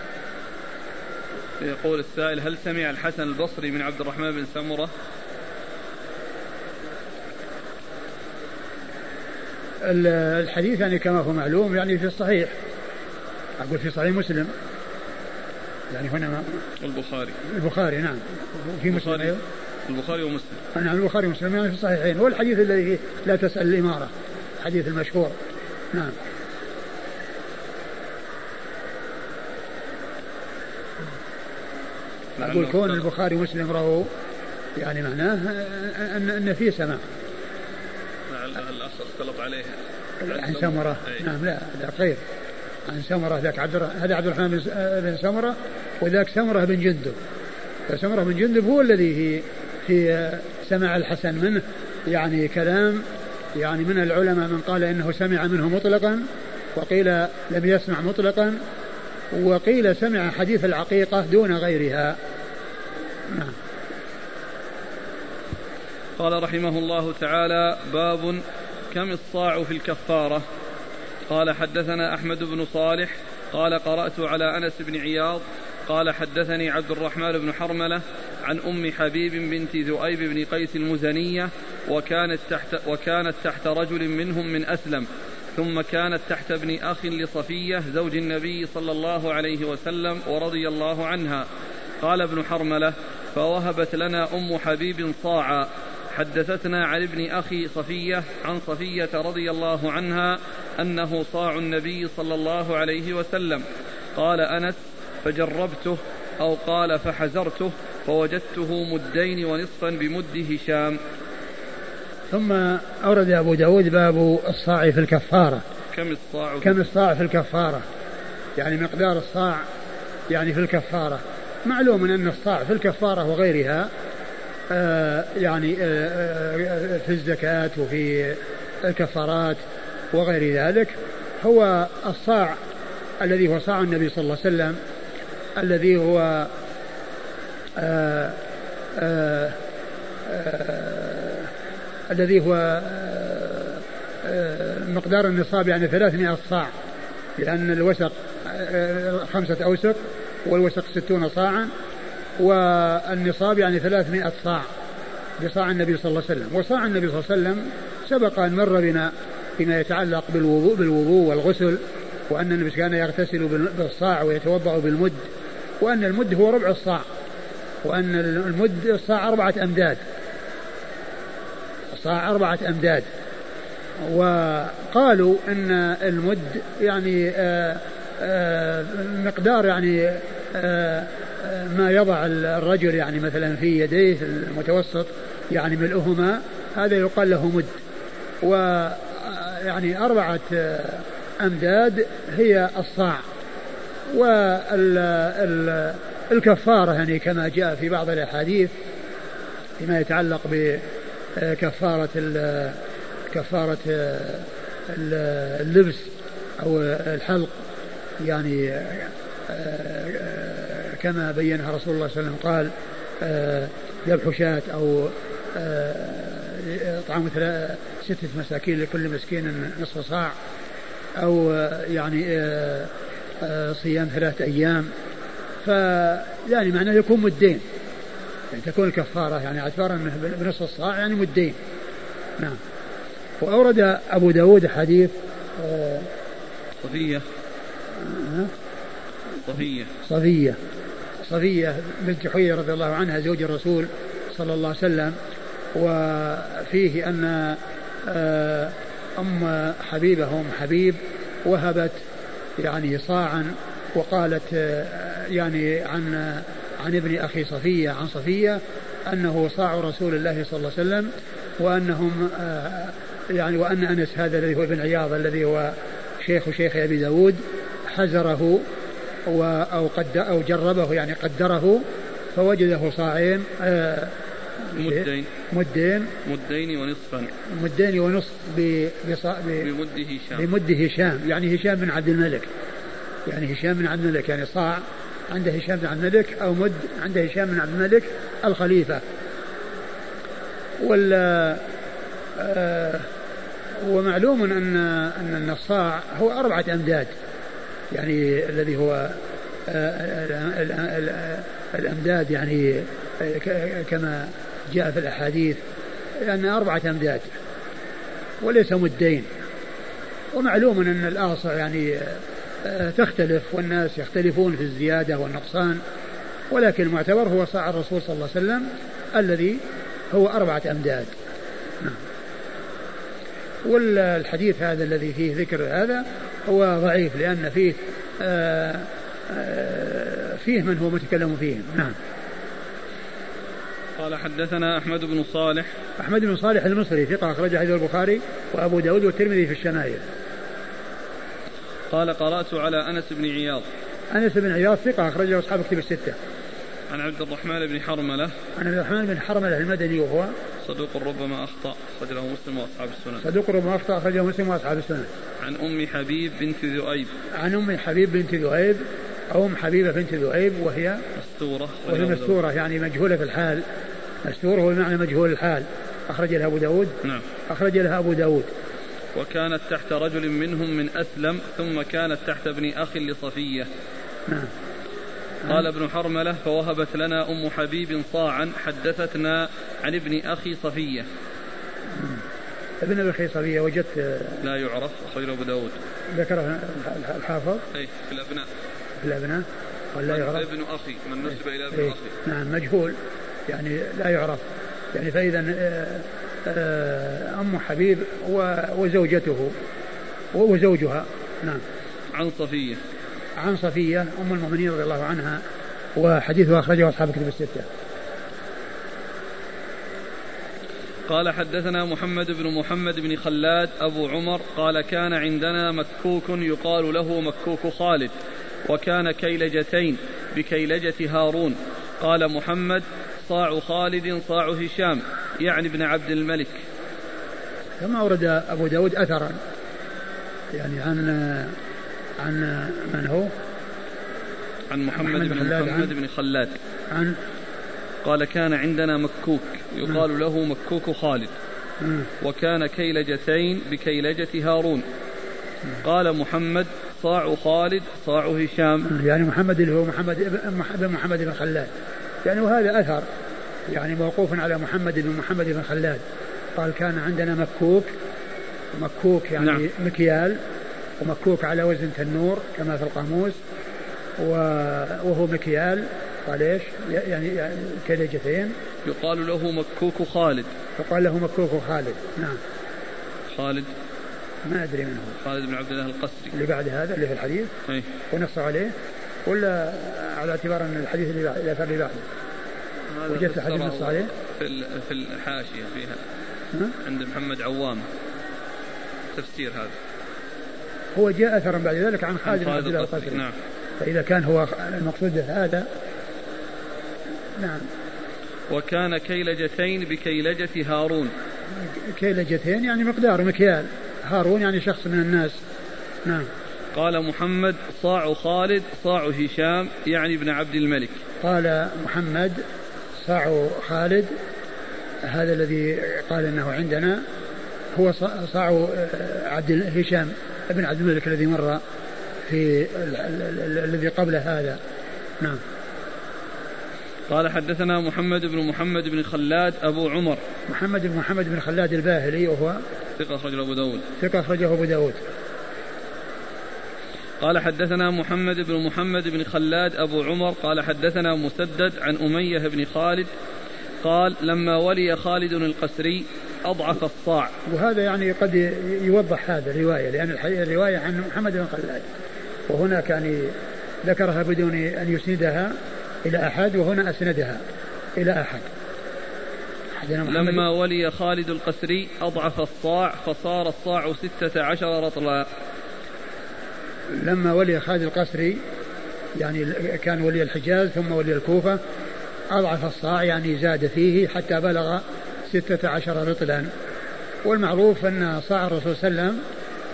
Speaker 2: يقول السائل هل سمع الحسن البصري من عبد الرحمن بن سمرة؟
Speaker 1: الحديث يعني كما هو معلوم يعني في الصحيح، أقول في صحيح مسلم، يعني هنا البخاري نعم، في مسلم أيضا
Speaker 2: البخاري ومسلم.
Speaker 1: نعم البخاري ومسلم يعني في الصحيحين، والحديث الذي لا تسأل الإمارة الحديث المشهور. نعم. أقول كون البخاري ومسلم رووا يعني معناه أن فيه سماع.
Speaker 2: الأخ اختلط عليه
Speaker 1: عن سمرة. نعم لا خير عن سمرة، ذاك هذا عبد الرحمن بن سمرة، وذاك سمرة بن جندب، فسمرة بن جندب هو الذي في سماع الحسن منه، يعني كلام يعني من العلماء من قال إنه سمع منه مطلقا، وقيل لم يسمع مطلقا، وقيل سمع حديث العقيقة دون غيرها. نعم.
Speaker 2: قال رحمه الله تعالى باب كم الصاع في الكفارة. قال حدثنا أحمد بن صالح قال قرأت على أنس بن عياض قال حدثني عبد الرحمن بن حرملة عن أم حبيب بنت ذؤيب بن قيس المزنية، وكانت تحت رجل منهم من أسلم، ثم كانت تحت ابن أخ لصفية زوج النبي صلى الله عليه وسلم ورضي الله عنها. قال ابن حرملة فوهبت لنا أم حبيب صاعا. حدثتنا عن ابن أخي صفية عن صفية رضي الله عنها أنه صاع النبي صلى الله عليه وسلم. قال أنس فجربته أو قال فحزرته فوجدته مدين ونصفا بمد هشام.
Speaker 1: ثم أورد أبو داود باب الصاع في الكفارة. كم الصاع في الكفارة، يعني مقدار الصاع يعني في الكفارة. معلوم أن الصاع في الكفارة وغيرها يعني في الزكاة وفي الكفارات وغير ذلك هو الصاع الذي هو صاع النبي صلى الله عليه وسلم، الذي هو الذي هو مقدار النصاب يعني 300 صاع، لأن الوسق 5 أوسق والوسق 60 صاعا، والنصاب يعني 300 صاع بصاع النبي صلى الله عليه وسلم. وصاع النبي صلى الله عليه وسلم سبق أن مر بنا فيما يتعلق بالوضوء والغسل، وأن النبي كان يغتسل بالصاع ويتوضأ بالمد، وأن المد هو ربع الصاع، وأن المد الصاع 4 أمداد، الصاع 4 أمداد. وقالوا أن المد يعني مقدار يعني ما يضع الرجل يعني مثلا في يديه المتوسط يعني ملؤهما، هذا يقال له مد. ويعني 4 أمداد هي الصاع. والكفارة يعني كما جاء في بعض الأحاديث فيما يتعلق بكفارة اللبس أو الحلق، يعني كما بينها رسول الله صلى الله عليه وسلم قال ذبح شاة أو طعام 6 مساكين لكل مسكين نصف صاع، أو يعني صيام 3 أيام. فيعني معناه يكون مدين، يعني تكون الكفارة يعني اعتبارا بنصف الصاع يعني مدين. نعم. وأورد أبو داود حديث صفية بنت حيي رضي الله عنها زوج الرسول صلى الله عليه وسلم، وفيه أن أم حبيب وهبت يعني صاعا، وقالت يعني عن ابن أخي صفية عن صفية أنه صاع رسول الله صلى الله عليه وسلم، وأنهم يعني وأن أنس هذا الذي هو ابن عياض الذي هو شيخ أبي داود حزره أو جربه يعني قدره فوجده صاعين
Speaker 2: مدين
Speaker 1: ونصف بمد هشام، يعني هشام بن عبد الملك، يعني صاع عند هشام بن عبد الملك أو مد عند هشام بن عبد الملك الخليفة. ومعلوم أن الصاع هو 4 أمداد، يعني الذي هو الأمداد يعني كما جاء في الأحاديث أن 4 أمداد وليس مدين. ومعلوم أن الآصع يعني تختلف والناس يختلفون في الزيادة والنقصان، ولكن المعتبر هو صاع الرسول صلى الله عليه وسلم الذي هو 4 أمداد. والحديث هذا الذي فيه ذكر هذا هو ضعيف، لأن فيه من هو متكلم فيه. نعم.
Speaker 2: قال حدثنا أحمد بن صالح
Speaker 1: المصري ثقة أخرج حديث البخاري وأبو داود والترمذي في الشمائل.
Speaker 2: قال قرأت على أنس بن عياض ثقة أخرجه أصحاب كتب الستة. عن عبد الرحمن بن حرملة المدني وهو صدوق ربما أخطأ أخرجه مسلم وأصحاب السنن. عن أم حبيب بنت ذؤيب أو أم حبيبة بنت ذؤيب وهي مستورة يعني مجهولة في الحال. مستور هو المعنى مجهول الحال. أخرج لها أبو داود. وكانت تحت رجل منهم من أسلم ثم كانت تحت ابن أخ لصفية.
Speaker 1: نعم.
Speaker 2: قال ابن حرملة فوهبت لنا أم حبيب صاعا حدثتنا عن ابن أخي صفية.
Speaker 1: ابن أخي صفية وجدت
Speaker 2: لا يعرف أخرجه أبو داود.
Speaker 1: ذكره الحافظ
Speaker 2: في الأبناء
Speaker 1: ولا يعرف
Speaker 2: ابن أخي من نسب إلى ابن أخي.
Speaker 1: نعم مجهول يعني لا يعرف يعني. فإذا أم حبيب وزوجته وزوجها. نعم. عن صفية أم المؤمنين رضي الله عنها، وحديثها أخرجه أصحاب كتب الستة.
Speaker 2: قال حدثنا محمد بن خلاد أبو عمر قال كان عندنا مكوك يقال له مكوك خالد، وكان كيلجتين بكيلجة هارون. قال محمد صاع خالد صاع هشام يعني ابن عبد الملك.
Speaker 1: كما أورد أبو داود أثرا يعني عن من هو؟
Speaker 2: عن محمد بن خلاد قال كان عندنا مكوك يقال له مكوك خالد وكان كيلجتين بكيلجة هارون. قال محمد صاع خالد صاع هشام.
Speaker 1: يعني محمد اللي هو محمد بن خلاد يعني، وهذا أثر يعني موقوف على محمد بن خلاد. قال كان عندنا مكوك يعني نعم. مكيال، ومكوك على وزن تنور كما في القاموس، وهو مكيال. قال ايش يعني كيلجتين
Speaker 2: يقال له مكوك خالد.
Speaker 1: فقال له مكوك خالد. نعم.
Speaker 2: خالد
Speaker 1: ما أدري منه.
Speaker 2: خالد بن عبد الله القسري
Speaker 1: اللي بعد هذا اللي في الحديث
Speaker 2: أي.
Speaker 1: ونص عليه ولا على اعتبار أن الحديث اللي بعده وجدت الحديث نص عليه
Speaker 2: في الحاشية فيها عند محمد عوام تفسير هذا.
Speaker 1: هو جاء أثرا بعد ذلك عن خالد بن عبد الله القسري.
Speaker 2: نعم.
Speaker 1: فإذا كان هو المقصود هذا. نعم.
Speaker 2: وكان كيلجتين بكيلجة هارون.
Speaker 1: كيلجتين يعني مقدار مكيال، هارون يعني شخص من الناس. نعم.
Speaker 2: قال محمد صاع خالد صاع هشام يعني ابن عبد الملك.
Speaker 1: قال محمد صاع خالد، هذا الذي قال انه عندنا هو صاع هشام ابن عبد الملك الذي مر في الذي قبل هذا. نعم.
Speaker 2: قال حدثنا محمد بن خلاد أبو عمر.
Speaker 1: محمد بن خلاد الباهلي وهو
Speaker 2: ثقة أخرجه
Speaker 1: أبو داود.
Speaker 2: قال حدثنا محمد بن خلاد أبو عمر قال حدثنا مسدد عن أمية بن خالد قال لما ولي خالد القسري أضعف الصاع.
Speaker 1: وهذا يعني قد يوضح هذا الرواية، لأن الرواية عن محمد بن خلاد وهنا كان ذكرها بدون أن يسندها إلى أحد، وهنا أسندها إلى أحد.
Speaker 2: لما ولي خالد القسري أضعف الصاع فصار الصاع 16 رطلا.
Speaker 1: لما ولي خالد القسري يعني كان ولي الحجاز ثم ولي الكوفة، أضعف الصاع يعني زاد فيه حتى بلغ 16 رطلا. والمعروف أن صاع الرسول صلى الله عليه وسلم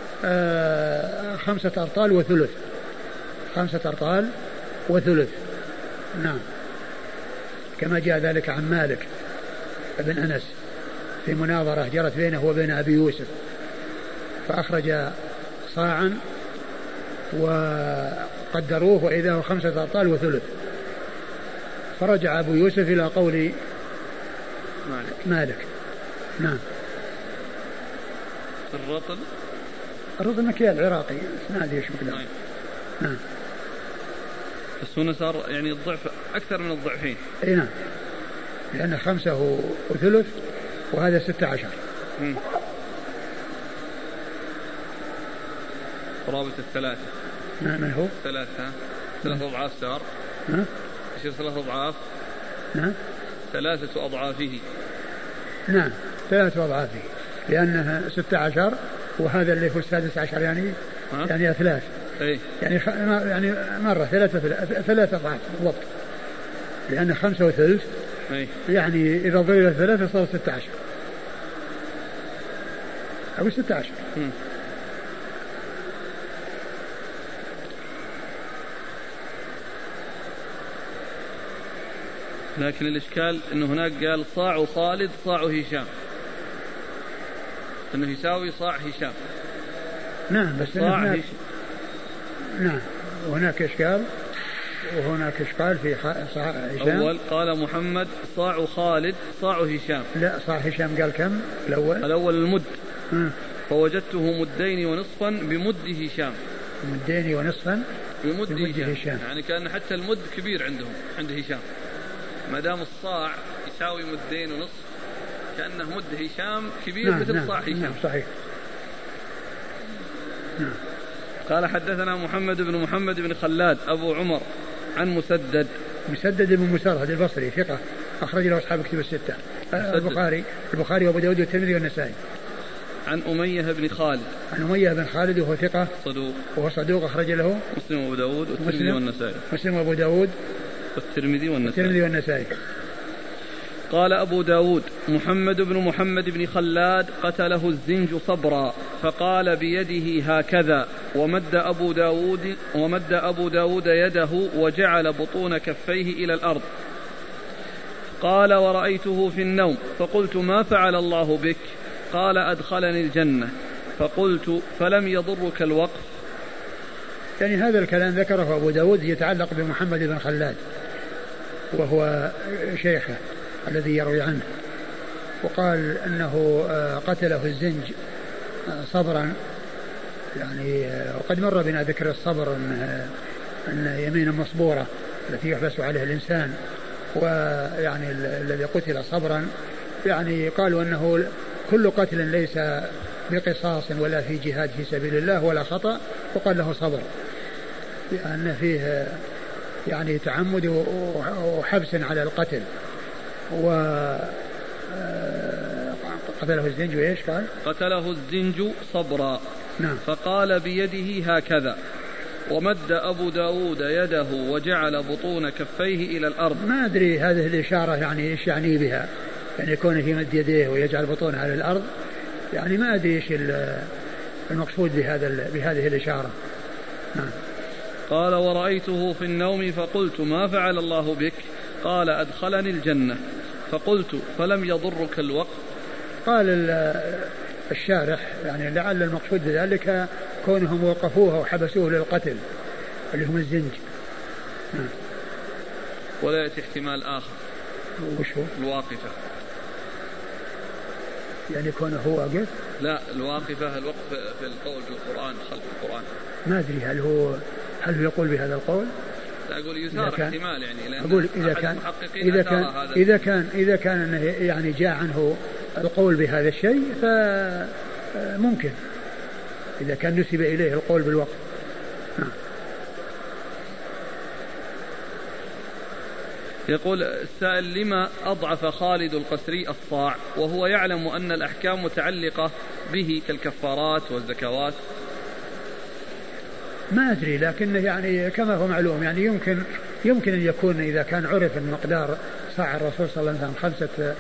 Speaker 1: 5 أرطال وثلث. 5 أرطال وثلث. نعم. كما جاء ذلك عن مالك بن أنس في مناظرة جرت بينه وبين أبي يوسف، فأخرج صاعا وقدروه وإذا هو 5 أرطال وثلث. فرجع أبو يوسف إلى قول مالك. نعم. الرطل مكيال عراقي ما أدري ايش مقداره. نعم.
Speaker 2: بس هنا صار يعني الضعف أكثر من الضعفين.
Speaker 1: اي نعم، لأن 5 وثلث وهذا 16.
Speaker 2: قرابة 3.
Speaker 1: من هو
Speaker 2: 3 أضعاف صار. يصير 3 أضعاف.
Speaker 1: نعم.
Speaker 2: 3 أضعافه.
Speaker 1: نعم 3 أضعافه، لأنها 16 وهذا اللي هو 16 يعني أثلاث.
Speaker 2: أي.
Speaker 1: يعني مرة 3 أضعاف بالضبط، لأن 5 وثلث.
Speaker 2: أي.
Speaker 1: يعني إذا ضرب 3 صار 16 أو 16.
Speaker 2: لكن الإشكال أنه هناك قال صاع خالد صاع هشام، أنه يساوي صاع هشام.
Speaker 1: نعم بس
Speaker 2: صاع هشام.
Speaker 1: نعم وهناك إشكال في صاع هشام.
Speaker 2: أول قال محمد صاع خالد صاع هشام.
Speaker 1: لا صاع هشام قال كم
Speaker 2: الأول المد. فوجدته مدين ونصفا بمد هشام.
Speaker 1: مدين ونصفا
Speaker 2: بمد هشام. يعني كان حتى المد كبير عند هشام، ما دام الصاع يساوي مدين ونصف كأنه مد هشام كبير. نعم مثل صاع هشام.
Speaker 1: نعم صحيح. نعم.
Speaker 2: قال حدثنا محمد بن خلاد أبو عمر عن مسدد
Speaker 1: بن مسرهد البصري ثقة أخرج له أصحاب كتب الستة، البخاري وأبو داود والترمذي والنسائي.
Speaker 2: عن أمية بن خالد
Speaker 1: وهو ثقة صدوق أخرج له
Speaker 2: مسلم وأبو داود والترمذي والنسائي.
Speaker 1: مسلم وأبو داود
Speaker 2: والترمذي والنسائي. قال أبو داود محمد بن خلاد قتله الزنج صبرا، فقال بيده هكذا، ومد أبو داود يده وجعل بطون كفيه إلى الأرض. قال ورأيته في النوم فقلت ما فعل الله بك؟ قال أدخلني الجنة. فقلت فلم يضرك الوقف؟
Speaker 1: يعني هذا الكلام ذكره أبو داود يتعلق بمحمد بن خلاد وهو شيخه الذي يروي عنه، وقال أنه قتله الزنج صبرا، يعني وقد مر بنا ذكر الصبر أن يمين مصبورة التي يحبس عليها الإنسان، ويعني الذي قتل صبرا يعني قالوا أنه كل قتل ليس بقصاص ولا في جهاد في سبيل الله ولا خطأ، وقال له صبر، لأن فيه يعني تعمد وحبس على القتل. قتله الزنج وإيش قال؟
Speaker 2: قتله الزنج صبرا.
Speaker 1: نعم.
Speaker 2: فقال بيده هكذا، ومد أبو داود يده وجعل بطون كفيه إلى الأرض.
Speaker 1: ما أدري هذه الإشارة يعني إيش يعني بها، يعني يكون يمد يديه ويجعل بطونه على الأرض، يعني ما أدري إيش المقصود بهذه الإشارة. نعم.
Speaker 2: قال ورأيته في النوم فقلت ما فعل الله بك؟ قال أدخلني الجنة. فقلت فلم يضرك الوقت؟
Speaker 1: قال الشارح يعني لعل المقصود بذلك كونهم وقفوه وحبسوه للقتل اللي هم الزنج.
Speaker 2: ولا يأتي احتمال آخر.
Speaker 1: وش هو؟
Speaker 2: الواقفة،
Speaker 1: يعني كونه هو واقف؟
Speaker 2: لا، الواقفة الوقف في القول في القرآن، خلف القرآن.
Speaker 1: ما أدري هل هو يقول بهذا القول؟
Speaker 2: لا، أقول يثار احتمال، يعني
Speaker 1: أقول إذا كان أنه يعني جاء عنه القول بهذا الشيء فممكن إذا كان نسب إليه القول بالوقت.
Speaker 2: يقول السائل لما أضعف خالد القسري الصاع وهو يعلم أن الأحكام متعلقة به كالكفارات والزكوات؟
Speaker 1: ما أدري، لكن يعني كما هو معلوم يعني يمكن أن يكون إذا كان عرف المقدار صاع الرسول صلى الله عليه وسلم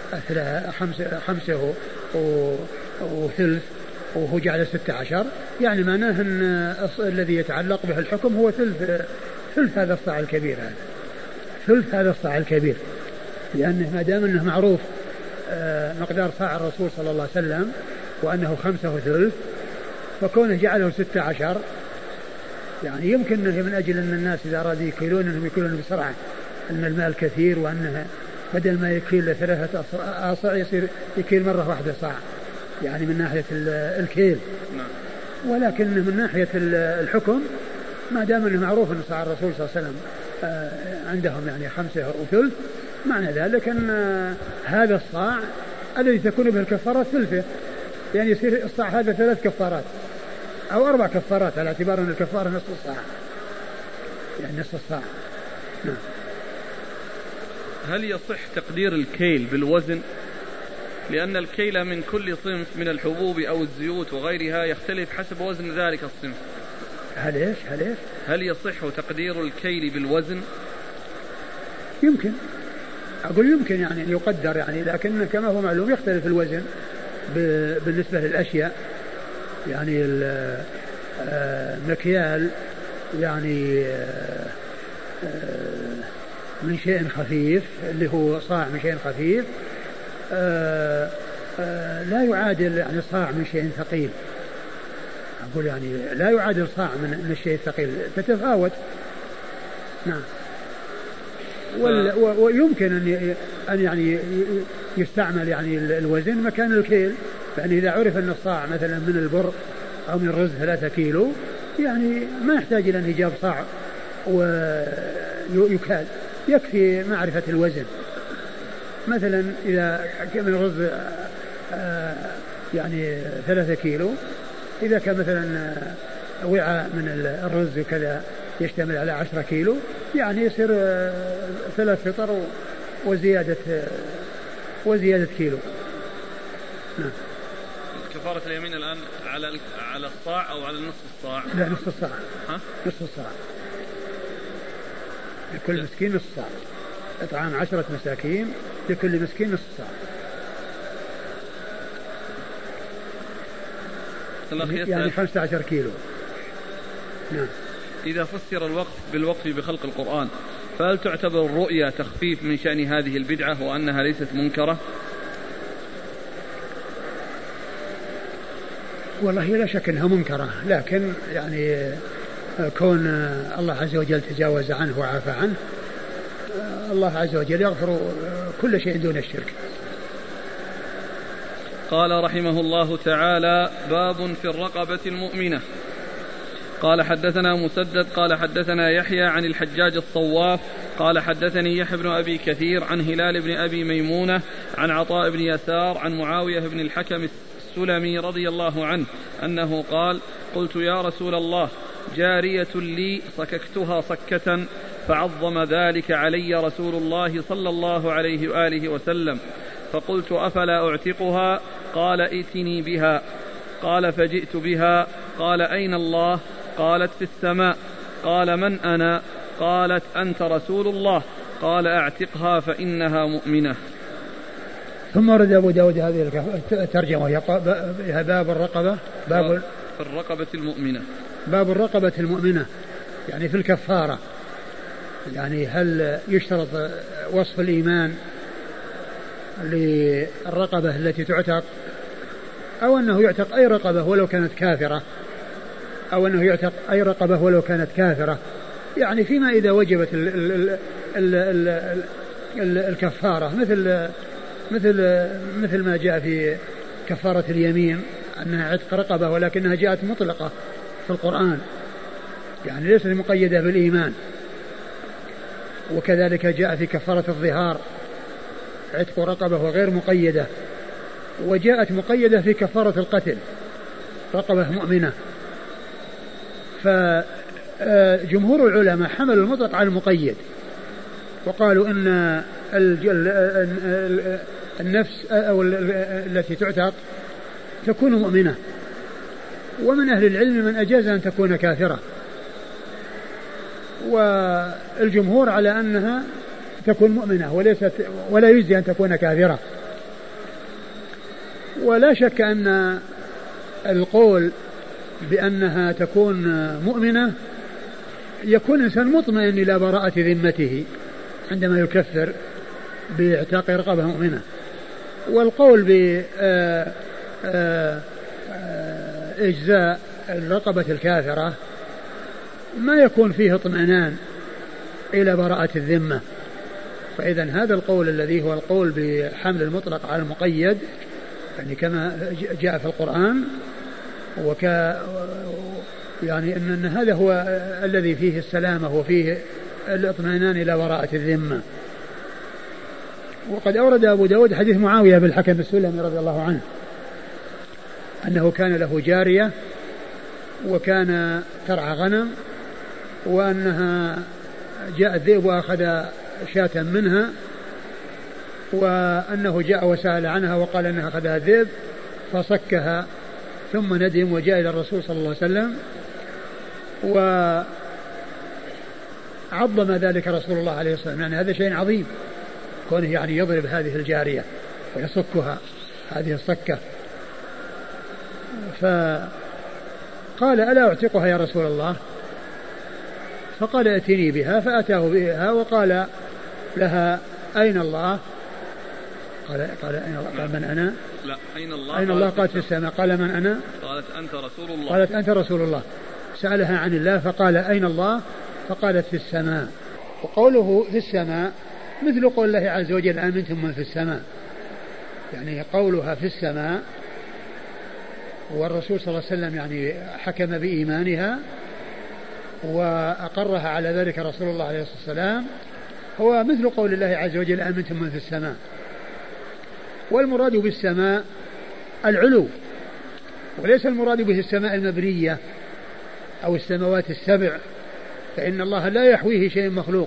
Speaker 1: خمسة وثلث وهو جعل 16، يعني معناه أن الذي يتعلق به الحكم هو ثلث هذا الصاع الكبير، ثلث هذا الصاع الكبير، لأنه ما دام أنه معروف مقدار صاع الرسول صلى الله عليه وسلم وأنه 5 وثلث، فكونه جعله 16 يعني يمكن أنه من أجل أن الناس إذا أرادوا يكيلون أنهم يكيلون بسرعة، أن المال كثير وأنه بدل ما يكيل 3 أصاع يصير يكيل مرة واحدة صاع، يعني من ناحية الكيل. ولكن من ناحية الحكم ما دام أنه معروف أن صاع الرسول صلى الله عليه وسلم عندهم يعني 5 وثلث، معنى ذلك أن هذا الصاع الذي تكون به الكفارات ثلثه، يعني يصير الصاع هذا 3 كفارات أو 4 كفارات، على اعتبار أن الكفارة نصف الصاع، يعني نصف الصاع. نعم.
Speaker 2: هل يصح تقدير الكيل بالوزن؟ لأن الكيل من كل صنف من الحبوب أو الزيوت وغيرها يختلف حسب وزن ذلك الصنف. هل يصح تقدير الكيل بالوزن؟
Speaker 1: يمكن، أقول يمكن يعني أن يقدر يعني، لكن كما هو معلوم يختلف الوزن بالنسبة للأشياء، يعني المكيال يعني من شيء خفيف اللي هو صاع من شيء خفيف لا يعادل يعني صاع من شيء ثقيل، أقول يعني لا يعادل صاع من الشيء الثقيل، تتفاوت. نعم. ويمكن أن يعني يستعمل يعني الوزن مكان الكيل، يعني إذا عرف أن الصاع مثلا من البر أو من الرز 3 كيلو، يعني ما يحتاج إلى أن يجاب صاع ويكال، يكفي معرفة الوزن. مثلا إذا كان الرز يعني 3 كيلو، إذا كان مثلا وعاء من الرز وكذا يشتمل على 10 كيلو، يعني يصير 3 فطر وزيادة كيلو. نعم.
Speaker 2: كفارة اليمين الآن على الصاع أو على نصف الصاع؟
Speaker 1: لا، نصف الصاع. نصف الصاع لكل مسكين، نصف صاع، إطعام 10 مساكين لكل مسكين نصف صاع، يعني 15 كيلو. نعم.
Speaker 2: إذا فسر الوقف بالوقف بخلق القرآن فهل تعتبر الرؤيا تخفيف من شأن هذه البدعة وأنها ليست منكرة؟
Speaker 1: والله لا شك أنها منكرة، لكن يعني كون الله عز وجل تجاوز عنه وعافى عنه، الله عز وجل يغفر كل شيء دون الشرك.
Speaker 2: قال رحمه الله تعالى: باب في الرقبة المؤمنة. قال حدثنا مسدد قال حدثنا يحيى عن الحجاج الصواف قال حدثني يحيى بن أبي كثير عن هلال بن أبي ميمونة عن عطاء بن يسار عن معاوية بن الحكم السلمي رضي الله عنه أنه قال: قلت يا رسول الله، جارية لي صككتها صكة فعظم ذلك علي رسول الله صلى الله عليه وآله وسلم، فقلت أفلا أعتقها؟ قال: ائتني بها. قال: فجئت بها. قال: أين الله؟ قالت: في السماء. قال: من أنا؟ قالت: أنت رسول الله. قال: أعتقها فإنها مؤمنة.
Speaker 1: ثم ورد أبو داود هذه الترجمة وهي باب الرقبة، باب
Speaker 2: الرقبة المؤمنة،
Speaker 1: باب الرقبة المؤمنة، يعني في الكفارة. يعني هل يشترط وصف الإيمان للرقبة التي تعتق، أو أنه يعتق أي رقبة ولو كانت كافرة، أو أنه يعتق أي رقبة ولو كانت كافرة، يعني فيما إذا وجبت الكفارة، مثل ما جاء في كفارة اليمين أنها عتق رقبة ولكنها جاءت مطلقة في القرآن، يعني ليست مقيدة بالإيمان. وكذلك جاء في كفارة الظهار عتق رقبة وغير مقيدة، وجاءت مقيدة في كفارة القتل رقبة مؤمنة. فجمهور العلماء حملوا المطلق على المقيد، وقالوا إن النفس أو التي تعتق تكون مؤمنة، ومن أهل العلم من أجاز أن تكون كافرة، والجمهور على أنها تكون مؤمنة ولا يجزي أن تكون كافرة. ولا شك أن القول بأنها تكون مؤمنة يكون إنسان مطمئن إلى براءة ذمته عندما يكفر باعتاق رقبة مؤمنة. والقول بإجزاء الرقبة الكافرة ما يكون فيه اطمئنان إلى براءة الذمة. فإذا هذا القول الذي هو القول بحمل المطلق على المقيد، يعني كما جاء في القرآن، يعني أن هذا هو الذي فيه السلامة وفيه الاطمئنان إلى براءة الذمة. وقد أورد أبو داود حديث معاوية بن الحكم السلمي رضي الله عنه أنه كان له جارية وكان ترعى غنم، وأنها جاء الذئب وأخذ شاة منها، وأنه جاء وسأل عنها وقال أنها أخذها الذئب فصكها، ثم ندم وجاء إلى الرسول صلى الله عليه وسلم وعظم ذلك رسول الله عليه الصلاة والسلام. يعني هذا شيء عظيم كونه يعني يضرب هذه الجارية ويصكها هذه الصكة. فقال: ألا أعتقها يا رسول الله؟ فقال: ائتني بها. فأتاه بها وقال لها: أين الله؟ قال أين الله؟ قال: من أنا؟
Speaker 2: لا، أين الله؟
Speaker 1: أين الله؟ قالت: في السماء. قال: من أنا؟
Speaker 2: قالت: أنت رسول الله.
Speaker 1: قالت: أنت رسول الله. سألها عن الله فقال: أين الله؟ فقالت: في السماء. وقوله في السماء مثل قول الله عز وجل: آمنتم من في السماء، يعني قولها في السماء، والرسول صلى الله عليه وسلم يعني حكم بإيمانها وأقرها على ذلك رسول الله عليه الصلاة والسلام، هو مثل قول الله عز وجل: آمنتم من في السماء. والمراد بالسماء العلو، وليس المراد به السماء المبنية أو السماوات السبع، فإن الله لا يحويه شيء مخلوق،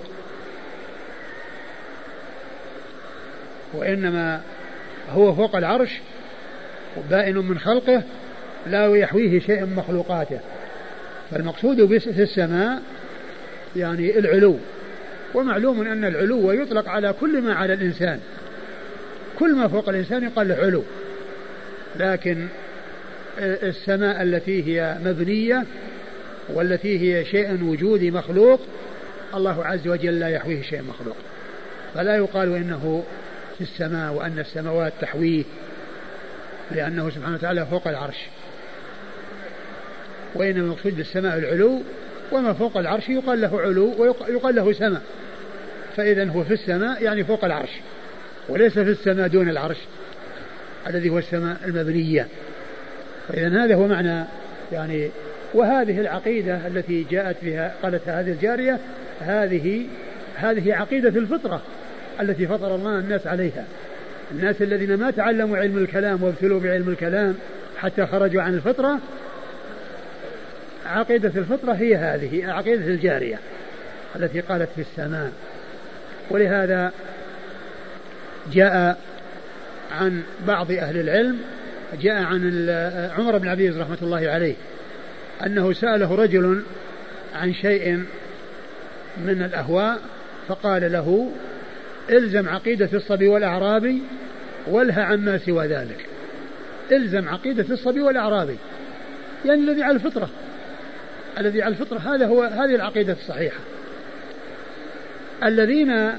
Speaker 1: وإنما هو فوق العرش وبائن من خلقه لا يحويه شيء من مخلوقاته. فالمقصود في السماء يعني العلو، ومعلوم أن العلو يطلق على كل ما على الإنسان، كل ما فوق الإنسان يقال له علو. لكن السماء التي هي مبنية والتي هي شيء وجودي مخلوق الله عز وجل لا يحويه شيء مخلوق، فلا يقال إنه في السماء وأن السماوات تحويه، لأنه سبحانه وتعالى فوق العرش، وإنما المقصود بالسماء العلو، وما فوق العرش يقال له علو ويقال له سماء، فإذا هو في السماء يعني فوق العرش، وليس في السماء دون العرش الذي هو السماء المبنية. فإذا هذا هو معنى يعني. وهذه العقيدة التي جاءت بها قالت هذه الجارية هذه عقيدة الفطرة التي فطر الله الناس عليها. الناس الذين ما تعلموا علم الكلام وابتلوا بعلم الكلام حتى خرجوا عن الفطرة، عقيدة الفطرة هي هذه عقيدة الجارية التي قالت في السماء. ولهذا جاء عن بعض أهل العلم، جاء عن عمر بن عبد العزيز رحمة الله عليه أنه سأله رجل عن شيء من الأهواء فقال له الزم عقيدة الصبي والأعرابي والها عما سوى ذلك. الزم عقيدة الصبي والأعرابي يعني الذي على الفطرة، الذي على الفطرة هذه العقيدة الصحيحة. الذين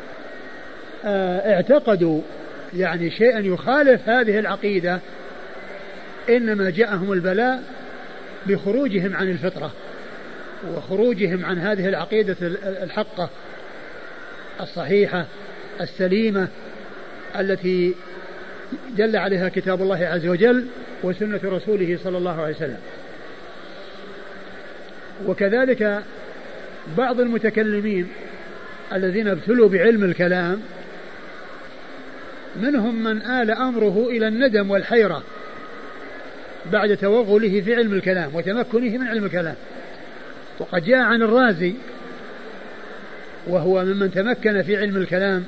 Speaker 1: اعتقدوا يعني شيئا يخالف هذه العقيدة إنما جاءهم البلاء بخروجهم عن الفطرة وخروجهم عن هذه العقيدة الحقة الصحيحة السليمة التي دل عليها كتاب الله عز وجل وسنة رسوله صلى الله عليه وسلم. وكذلك بعض المتكلمين الذين ابتلوا بعلم الكلام منهم من آل أمره إلى الندم والحيرة بعد توغله في علم الكلام وتمكنه من علم الكلام. وقد جاء عن الرازي وهو ممن تمكن في علم الكلام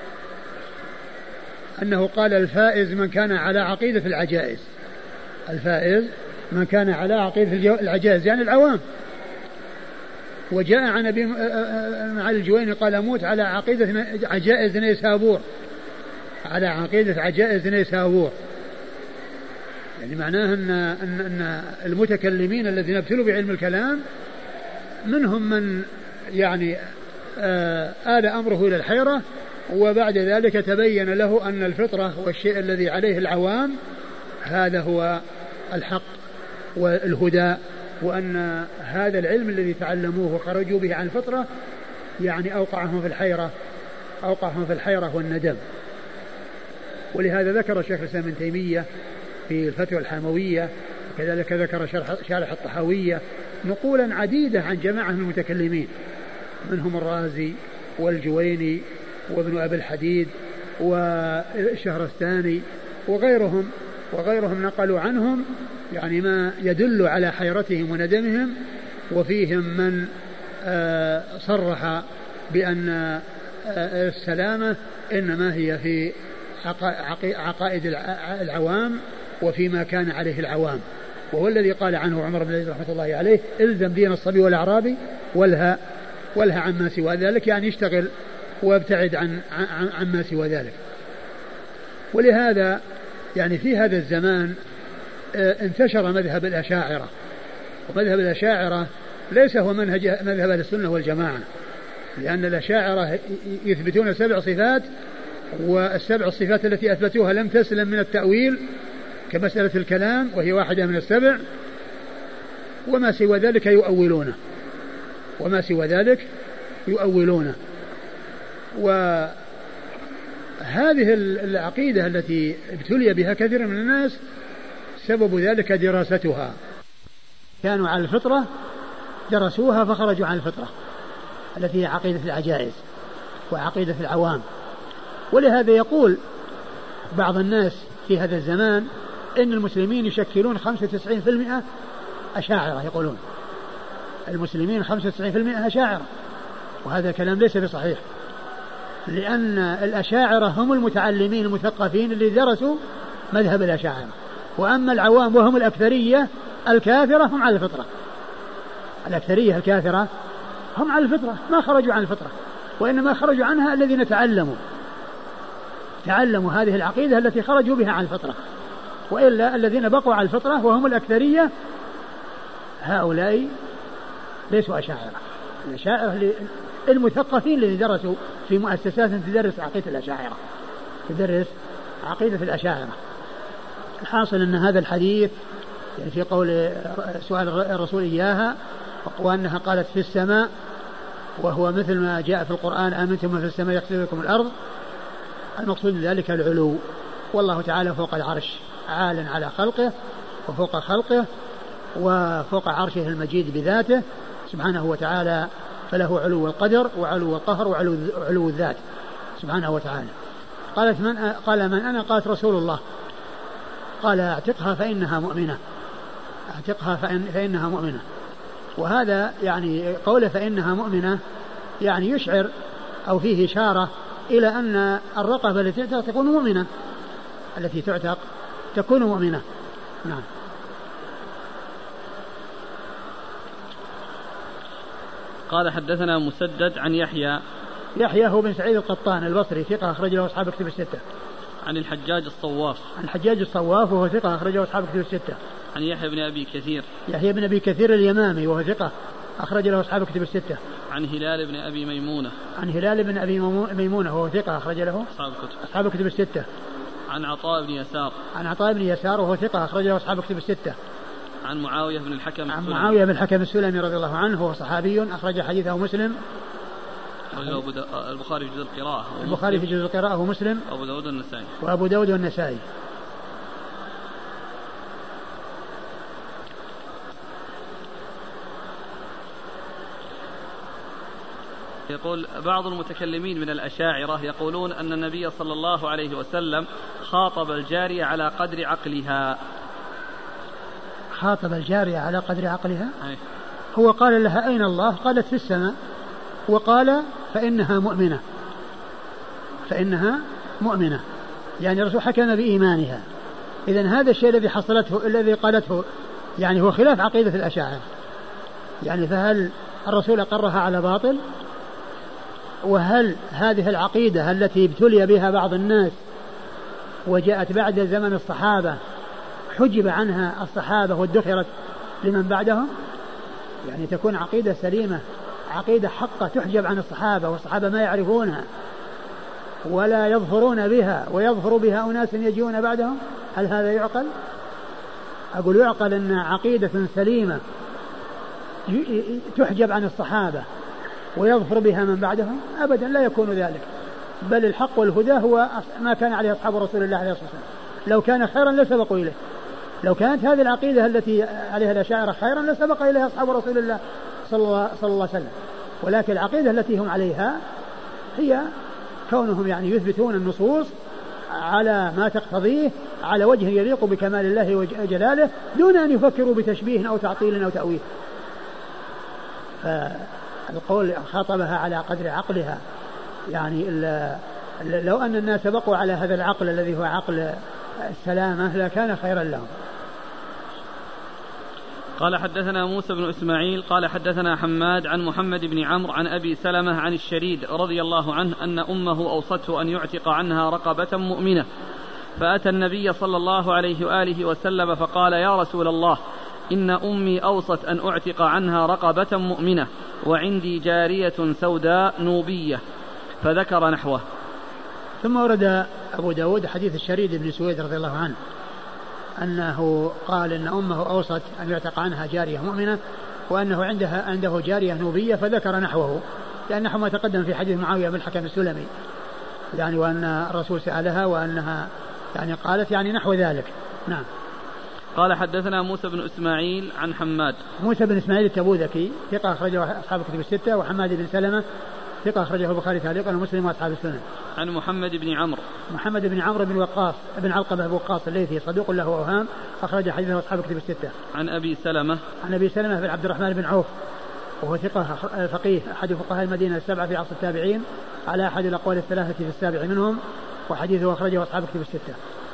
Speaker 1: أنه قال الفائز من كان على عقيدة العجائز، الفائز من كان على عقيدة العجائز يعني العوام. وجاء عن أبي معالي الجويني قال أموت على عقيدة عجائز نيسابور، على عقيدة عجائز نيسابور، يعني معناه أن المتكلمين الذين ابتلوا بعلم الكلام منهم من يعني آل أمره إلى الحيرة، وبعد ذلك تبين له أن الفطرة والشيء الذي عليه العوام هذا هو الحق والهدى، وأن هذا العلم الذي تعلموه وخرجوا به عن الفطرة يعني أوقعهم في الحيرة والندم. ولهذا ذكر الشيخ الإسلام ابن تيمية في الفتوى الحموية، كذلك ذكر شارح الطحاوية نقولا عديدة عن جماعة من المتكلمين منهم الرازي والجويني وابن أبي الحديد والشهرستاني وغيرهم نقلوا عنهم يعني ما يدل على حيرتهم وندمهم. وفيهم من صرح بأن السلامة إنما هي في عقائد العوام وفيما كان عليه العوام، وهو الذي قال عنه عمر بن العزيز رحمة الله عليه الزم دين الصبي والأعرابي والها عما سوى ذلك، يعني يشتغل وابتعد عما سوى ذلك. ولهذا يعني في هذا الزمان انتشر مذهب الأشاعرة، ومذهب الأشاعرة ليس هو مذهب السنة والجماعة، لأن الأشاعرة يثبتون 7 صفات، والسبع الصفات التي أثبتوها لم تسلم من التأويل كمسألة الكلام وهي واحدة من السبع، وما سوى ذلك يؤولونه. وهذه العقيدة التي ابتلي بها كثير من الناس سبب ذلك دراستها، كانوا على الفطرة درسوها فخرجوا عن الفطرة التي هي عقيدة العجائز وعقيدة العوام. ولهذا يقول بعض الناس في هذا الزمان إن المسلمين يشكلون 95% أشاعرة، يقولون المسلمين 95% أشاعرة، وهذا الكلام ليس بصحيح، لأن الأشاعرة هم المتعلمين المثقفين اللي درسوا مذهب الأشاعرة، وأما العوام وهم الأكثرية الكافرة هم على الفطرة، الأكثرية الكافرة هم على الفطرة ما خرجوا عن الفطرة، وإنما خرجوا عنها الذين تعلموا هذه العقيدة التي خرجوا بها عن الفطرة، وإلا الذين بقوا على الفطرة وهم الأكثرية هؤلاء ليسوا أشاعرة. الأشاعرة المثقفين الذين درسوا في مؤسسات تدرس عقيدة الأشاعرة. الحاصل أن هذا الحديث يعني في قول سؤال الرسول إياها وأنها قالت في السماء، وهو مثل ما جاء في القرآن آمنتم من في السماء يخسف بكم الأرض، المقصود ذلك العلو، والله تعالى فوق العرش عال على خلقه وفوق خلقه وفوق عرشه المجيد بذاته سبحانه وتعالى، فله علو القدر وعلو القهر وعلو الذات سبحانه وتعالى. قال من أنا؟ قالت رسول الله. قال اعتقها فإنها مؤمنة. وهذا يعني قوله فإنها مؤمنة يعني يشعر أو فيه إشارة إلى أن الرقبة التي تعتق تكون مؤمنة. نعم.
Speaker 2: قال حدثنا مسدد عن يحيى
Speaker 1: هو بن سعيد القطان البصري ثقة أخرج له أصحاب كتب الستة.
Speaker 2: عن الحجاج
Speaker 1: الصواف وهو ثقة أخرج له أصحاب كتب الستة.
Speaker 2: عن يحيى بن أبي كثير
Speaker 1: اليمامي وهو ثقة أخرج له أصحاب كتب الستة.
Speaker 2: عن هلال بن أبي ميمونة
Speaker 1: وهو ثقة أخرج له أصحاب كتب الستة.
Speaker 2: عن عطاء بن يسار
Speaker 1: وهو ثقة أخرج له أصحاب كتب الستة.
Speaker 2: عن معاوية بن الحكم
Speaker 1: السلمي رضي الله عنه وهو صحابي أخرج حديثه مسلم.
Speaker 2: البخاري في جزء القراءة
Speaker 1: ومسلم وأبو داود والنسائي.
Speaker 2: يقول بعض المتكلمين من الأشاعرة يقولون أن النبي صلى الله عليه وسلم خاطب الجارية على قدر عقلها.
Speaker 1: أي. هو قال لها أين الله؟ قالت في السماء، وقال فإنها مؤمنة يعني الرسول حكم بإيمانها. إذن هذا الشيء الذي قالته يعني هو خلاف عقيدة الأشاعرة. يعني فهل الرسول أقرها على باطل؟ وهل هذه العقيدة التي ابتلي بها بعض الناس وجاءت بعد زمن الصحابة حجب عنها الصحابة وادخرت لمن بعدهم؟ يعني تكون عقيدة سليمة، عقيدة حقة تحجب عن الصحابة والصحابة ما يعرفونها ولا يظفرون بها ويظفر بها أناس يجيون بعدهم؟ هل هذا يعقل؟ أقول يعقل أن عقيدة سليمة تحجب عن الصحابة ويظفر بها من بعدهم؟ أبدا لا يكون ذلك، بل الحق والهدى هو ما كان عليه أصحاب رسول الله عليه الصلاة والسلام. لو كان خيرا لسبقوا إليه، لو كانت هذه العقيدة التي عليها الأشاعرة خيرا لسبق إليها أصحاب رسول الله صلى الله عليه وسلم. ولكن العقيدة التي هم عليها هي كونهم يعني يثبتون النصوص على ما تقتضيه على وجه يليق بكمال الله وجلاله دون أن يفكروا بتشبيه أو تعطيل أو تأويل. فالقول خاطبها على قدر عقلها، يعني لو أن الناس بقوا على هذا العقل الذي هو عقل السلامة لكان خيرا لهم.
Speaker 2: قال حدثنا موسى بن إسماعيل قال حدثنا حماد عن محمد بن عمرو عن أبي سلمة عن الشريد رضي الله عنه أن أمه أوصته أن يعتق عنها رقبة مؤمنة، فأتى النبي صلى الله عليه وآله وسلم فقال يا رسول الله إن أمي أوصت أن أعتق عنها رقبة مؤمنة وعندي جارية سوداء نوبية، فذكر نحوه.
Speaker 1: ثم ورد أبو داود حديث الشريد بن سويد رضي الله عنه أنه قال إن أمه أوصت أن يعتق عنها جارية مؤمنة وأنه عنده جارية نوبية، فذكر نحوه، لأنه ما تقدم في حديث معاوية بن الحكم السلمي، يعني وأن الرسول سألها وأنها يعني قالت يعني نحو ذلك. نعم.
Speaker 2: قال حدثنا موسى بن إسماعيل عن حماد.
Speaker 1: موسى بن إسماعيل التبوذكي ثقة أخرجه أصحاب الكتب الستة، وحماد بن سلمة ثقة أخرجه البخاري تعليقا ومسلم وأصحاب السنن.
Speaker 2: عن محمد بن عمرو بن وقاص بن علقمة بن وقاص الليثي صدوق له أوهام أخرج حديثه أصحاب الكتب الستة. عن أبي سلمة
Speaker 1: بن عبد الرحمن بن عوف وهو ثقة فقيه أحد فقهاء المدينة السبعة في عصر التابعين على أحد الأقوال الثلاثة في السابع منهم، وحديثه أخرجه أصحاب الكتب الستة.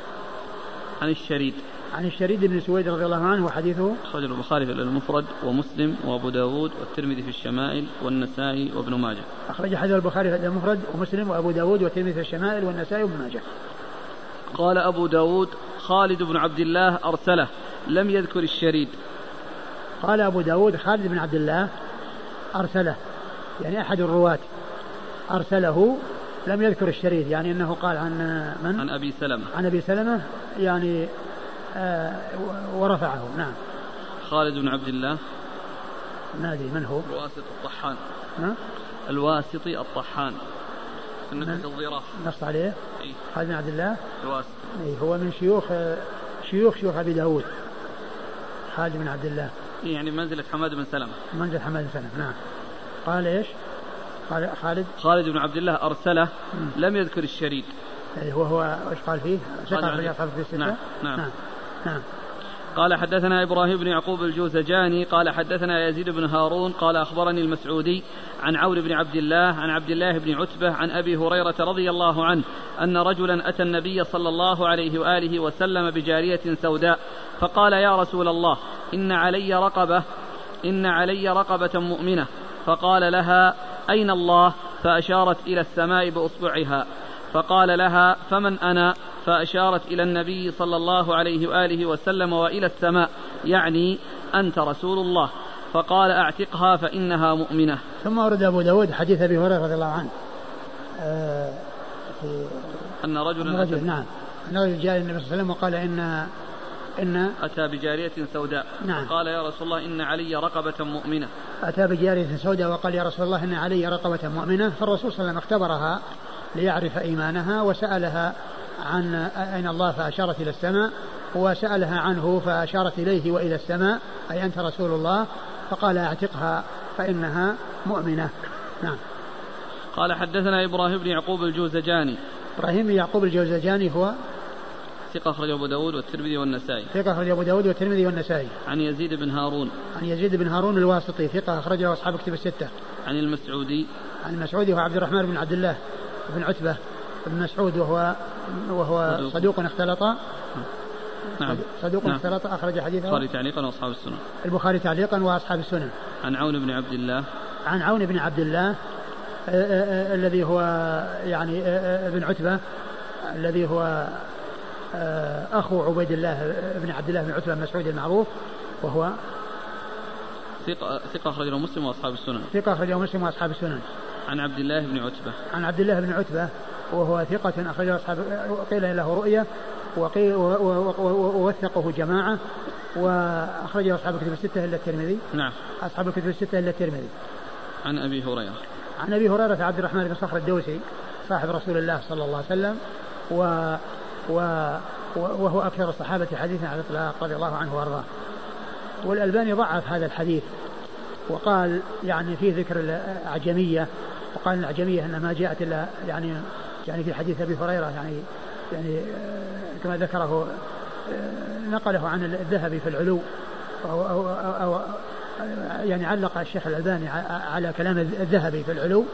Speaker 1: عن الشريد بن سويد رضي الله عنه وحديثه
Speaker 2: أخرجه البخاري في المفرد ومسلم وأبو داود والترمذي في الشمائل والنسائي وابن ماجه.
Speaker 1: أخرج حديث البخاري في المفرد ومسلم وأبو داود والترمذي في الشمائل والنسائي وابن ماجه.
Speaker 2: قال أبو داود خالد بن عبد الله أرسله لم يذكر الشريد.
Speaker 1: قال أبو داود خالد بن عبد الله أرسله يعني أحد الرواة أرسله لم يذكر الشريد، يعني أنه قال عن من؟
Speaker 2: عن أبي سلمة.
Speaker 1: عن أبي سلمة يعني ورفعه. نعم.
Speaker 2: خالد بن عبد الله.
Speaker 1: نادي من هو؟
Speaker 2: الواسط الطحان.
Speaker 1: ها؟
Speaker 2: الواسطي الطحان في النكتة الظراف.
Speaker 1: نص عليه.
Speaker 2: إيه؟
Speaker 1: خالد بن عبد الله
Speaker 2: الواسطي.
Speaker 1: إيه؟ هو من شيوخ أبي داود. خالد بن عبد الله
Speaker 2: يعني منزلة حماد بن سلمة.
Speaker 1: منزل حماد بن سلمة. نعم. قال إيش؟ قال
Speaker 2: خالد بن عبد الله أرسله لم يذكر الشريد.
Speaker 1: إيه هو إيش قال فيه؟
Speaker 2: نعم.
Speaker 1: نعم. نعم.
Speaker 2: قال حدثنا إبراهيم بن يعقوب الجوزجاني قال حدثنا يزيد بن هارون قال أخبرني المسعودي عن عون بن عبد الله عن عبد الله بن عتبة عن أبي هريرة رضي الله عنه أن رجلا أتى النبي صلى الله عليه وآله وسلم بجارية سوداء فقال يا رسول الله إن علي رقبة مؤمنة. فقال لها أين الله؟ فأشارت إلى السماء بأصبعها. فقال لها فمن أنا؟ فأشارت إلى النبي صلى الله عليه وآله وسلم وإلى السماء، يعني أنت رسول الله. فقال أعتقها فإنها مؤمنة.
Speaker 1: ثم ورد أبو داود حديث أبي هريرة رضي الله عنه
Speaker 2: أن رجلا
Speaker 1: نعم أن رجل جاء النبي صلى الله عليه وسلم وقال إن
Speaker 2: أتى بجارية سوداء.
Speaker 1: نعم.
Speaker 2: قال يا رسول الله إن علي رقبة مؤمنة.
Speaker 1: أتى بجارية سوداء وقال يا رسول الله إن علي رقبة مؤمنة. فالرسول صلى الله عليه وسلم اختبرها ليعرف إيمانها وسألها عن أين الله فأشارت إلى السماء، وسألها عنه فأشارت إليه وإلى السماء، أي أنت رسول الله. فقال اعتقها فإنها مؤمنة. نعم.
Speaker 2: قال حدثنا إبراهيم بن يعقوب الجوزجاني.
Speaker 1: إبراهيم بن يعقوب الجوزجاني هو
Speaker 2: ثقة أخرجه أبو داود والترمذي والنسائي.
Speaker 1: ثقة أخرجه أبو داود والترمذي والنسائي.
Speaker 2: عن يزيد بن هارون.
Speaker 1: عن يزيد بن هارون الواسطي ثقة أخرجه أصحاب كتب الستة.
Speaker 2: عن المسعودي.
Speaker 1: عن المسعودي هو عبد الرحمن بن عبد الله بن عتبة بن مسعود وهو صدوق اختلط.
Speaker 2: نعم.
Speaker 1: صدوق اختلط. أخرج حديثه
Speaker 2: البخاري تعليقا وأصحاب السنن.
Speaker 1: البخاري تعليقا وأصحاب السنن.
Speaker 2: عن عون بن عبد الله.
Speaker 1: عن عون بن عبد الله الذي هو يعني ابن عتبة الذي هو أخو عبيد الله بن عبد الله بن عتبة مسعود المعروف، وهو
Speaker 2: ثقة أخرجه مسلم وأصحاب السنن.
Speaker 1: ثقة أخرجه مسلم وأصحاب السنن.
Speaker 2: عن عبد الله بن عتبة.
Speaker 1: عن عبد الله بن عتبة وهو ثقة أخرجه أصحاب، قيل له رؤية ووثقه جماعة، وأخرجه أصحاب الكتب الستة إلا الترمذي.
Speaker 2: نعم.
Speaker 1: أصحاب الكتب الستة إلا الترمذي.
Speaker 2: عن أبي هريرة.
Speaker 1: عن أبي هريرة عبد الرحمن بن صخر الدوسي صاحب رسول الله صلى الله عليه وسلم وهو أكثر الصحابة حديثا على الإطلاق رضي الله عنه وأرضاه. والألباني ضعف هذا الحديث وقال يعني فيه ذكر الأعجمية، وقال الأعجمية أنما جاءت إلا يعني في حديث أبي هريرة يعني كما ذكره نقله عن الذهبي في العلو أو يعني علق الشيخ الألباني على كلام الذهبي في العلو.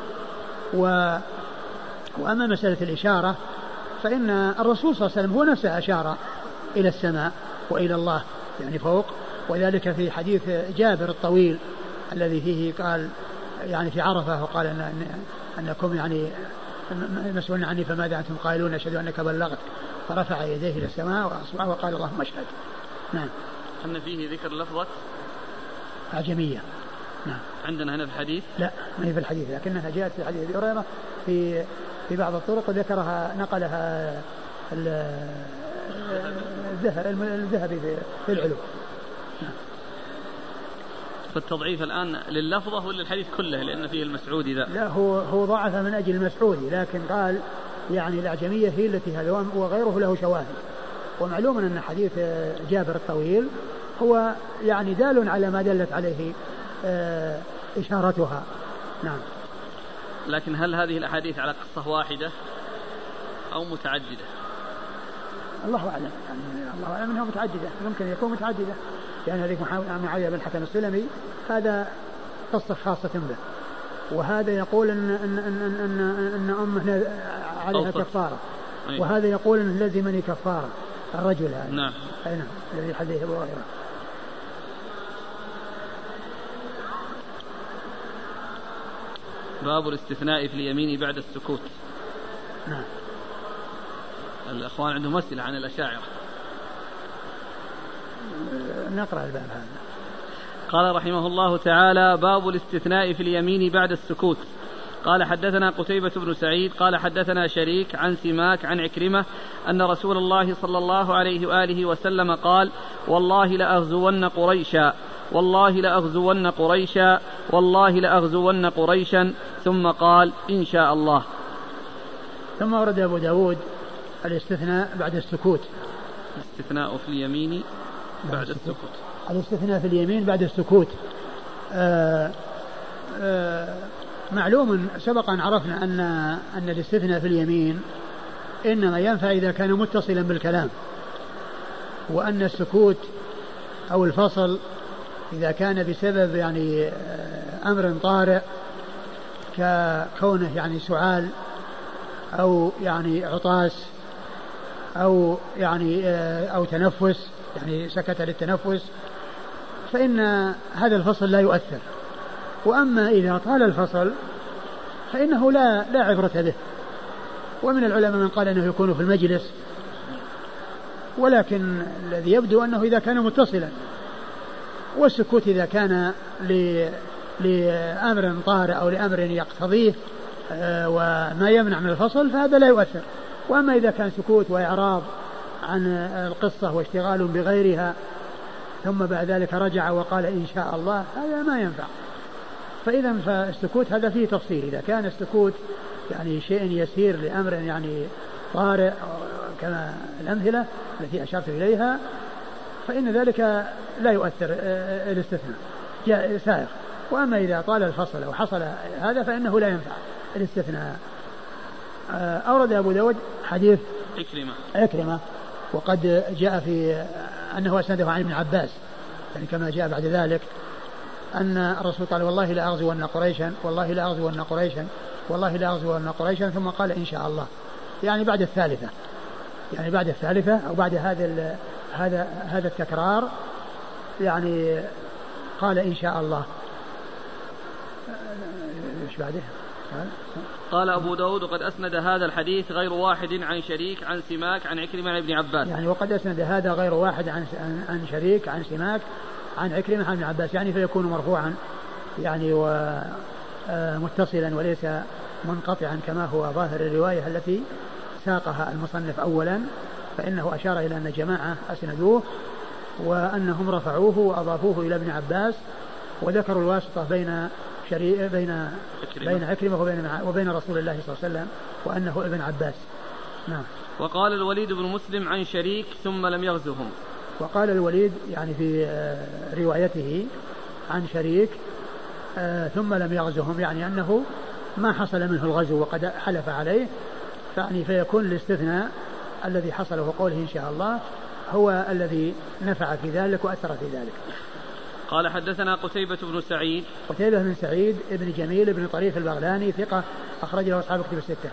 Speaker 1: وأما مسألة الإشارة فإن الرسول صلى الله عليه وسلم هو نفسه أشار إلى السماء وإلى الله يعني فوق، وذلك في حديث جابر الطويل الذي فيه قال يعني في عرفة وقال أنكم يعني مسؤولون عني فماذا أنتم قائلون؟ أشهد أنك بلغت. فرفع يديه إلى السماء وأصبعه وقال اللهم اشهد. نعم.
Speaker 2: أن فيه ذكر لفظة
Speaker 1: أعجمية. نعم.
Speaker 2: عندنا هنا في الحديث؟
Speaker 1: لا ما هي في الحديث، لكنها جاءت في حديث أبي هريرة في بعض الطرق وذكرها نقلها الذهبي في العلو. نعم.
Speaker 2: فالتضعيف الآن لللفظة ولا للحديث كله لأن فيه المسعودي ذا؟
Speaker 1: لا هو ضعف من أجل المسعودي، لكن قال يعني الأعجمية هي التي هذا وغيره له شواهد. ومعلوم أن حديث جابر الطويل هو يعني دال على ما دلت عليه إشارتها. نعم.
Speaker 2: لكن هل هذه الأحاديث على قصة واحدة أو متعددة؟
Speaker 1: الله أعلم، يعني الله أعلم أنها متعددة، ممكن يكون متعددة، يعني هذيك معاوية بن الحكم السلمي هذا قصة خاصة به، وهذا يقول أن أمه عليها كفارة، وهذا يقول أن لزمني كفارة الرجل هذا.
Speaker 2: نعم.
Speaker 1: أي نعم الذي حديث أبو هريرة.
Speaker 2: باب الاستثناء في اليمين بعد السكوت.
Speaker 1: نعم.
Speaker 2: الأخوان عندهم أسئلة عن الأشاعرة.
Speaker 1: نقرأ الباب هذا.
Speaker 2: قال رحمه الله تعالى: باب الاستثناء في اليمين بعد السكوت. قال حدثنا قتيبة بن سعيد قال حدثنا شريك عن سماك عن عكرمة أن رسول الله صلى الله عليه وآله وسلم قال: والله لأغزون قريشا، والله لأغزون قريشا، والله لأغزون قريشا، ثم قال: إن شاء الله.
Speaker 1: ثم ورد أبو داود الاستثناء بعد السكوت.
Speaker 2: الاستثناء في اليمين بعد السكوت.
Speaker 1: الاستثناء في اليمين بعد السكوت. معلوم سبق أن عرفنا أن الاستثناء في اليمين إنما ينفع إذا كان متصلا بالكلام، وأن السكوت أو الفصل إذا كان بسبب يعني أمر طارئ ككونه يعني سعال أو يعني عطاس أو يعني أو تنفس، يعني سكت للتنفس، فإن هذا الفصل لا يؤثر. وأما إذا طال الفصل فإنه لا عبرة به. ومن العلماء من قال أنه يكون في المجلس، ولكن الذي يبدو أنه إذا كان متصلا، والسكوت إذا كان لأمر طارئ أو لأمر يقتضيه وما يمنع من الفصل فهذا لا يؤثر. وأما إذا كان سكوت وإعراض عن القصة واشتغال بغيرها ثم بعد ذلك رجع وقال إن شاء الله، هذا ما ينفع. فإذا فالسكوت هذا فيه تفصيل. إذا كان السكوت يعني شيء يسير لأمر يعني طارئ كما الأمثلة التي أشرت إليها فإن ذلك لا يؤثر الاستثناء سائغ. وأما إذا طال الفصل أو حصل هذا فإنه لا ينفع الاستثناء. أورد أبو داود حديث عكرمة وقد جاء في أنه أسنده عن ابن عباس، يعني كما جاء بعد ذلك أن الرسول قال: والله لا أغزون قريشا، والله لا أغزون قريشا، والله لا أغزون قريشا، ثم قال إن شاء الله، يعني بعد الثالثة، يعني بعد الثالثة أو بعد هذا التكرار، يعني قال إن شاء الله. إيش بعده؟
Speaker 2: قال أبو داود: وقد أسند هذا الحديث غير واحد عن شريك عن سماك عن عكرمة عن ابن عباس.
Speaker 1: يعني وقد أسند هذا غير واحد عن شريك عن سماك عن عكرمة عن ابن عباس، يعني فيكون مرفوعا يعني ومتصلا وليس منقطعا كما هو ظاهر الرواية التي ساقها المصنف أولا، فإنه أشار إلى أن جماعة أسندوه وأنهم رفعوه وأضافوه إلى ابن عباس، وذكروا الواسطة بين عكرمة وبين رسول الله صلى الله عليه وسلم وأنه ابن عباس. نعم.
Speaker 2: وقال الوليد بن مسلم عن شريك ثم لم يغزهم.
Speaker 1: وقال الوليد يعني في روايته عن شريك ثم لم يغزهم، يعني أنه ما حصل منه الغزو وقد حلف عليه، يعني فيكون الاستثناء الذي حصل وقوله إن شاء الله هو الذي نفع في ذلك وأثر في ذلك.
Speaker 2: قال حدثنا قتيبة بن سعيد.
Speaker 1: قتيبة بن سعيد ابن جميل ابن طريف البغلاني ثقة أخرج له أصحاب كتب الستة.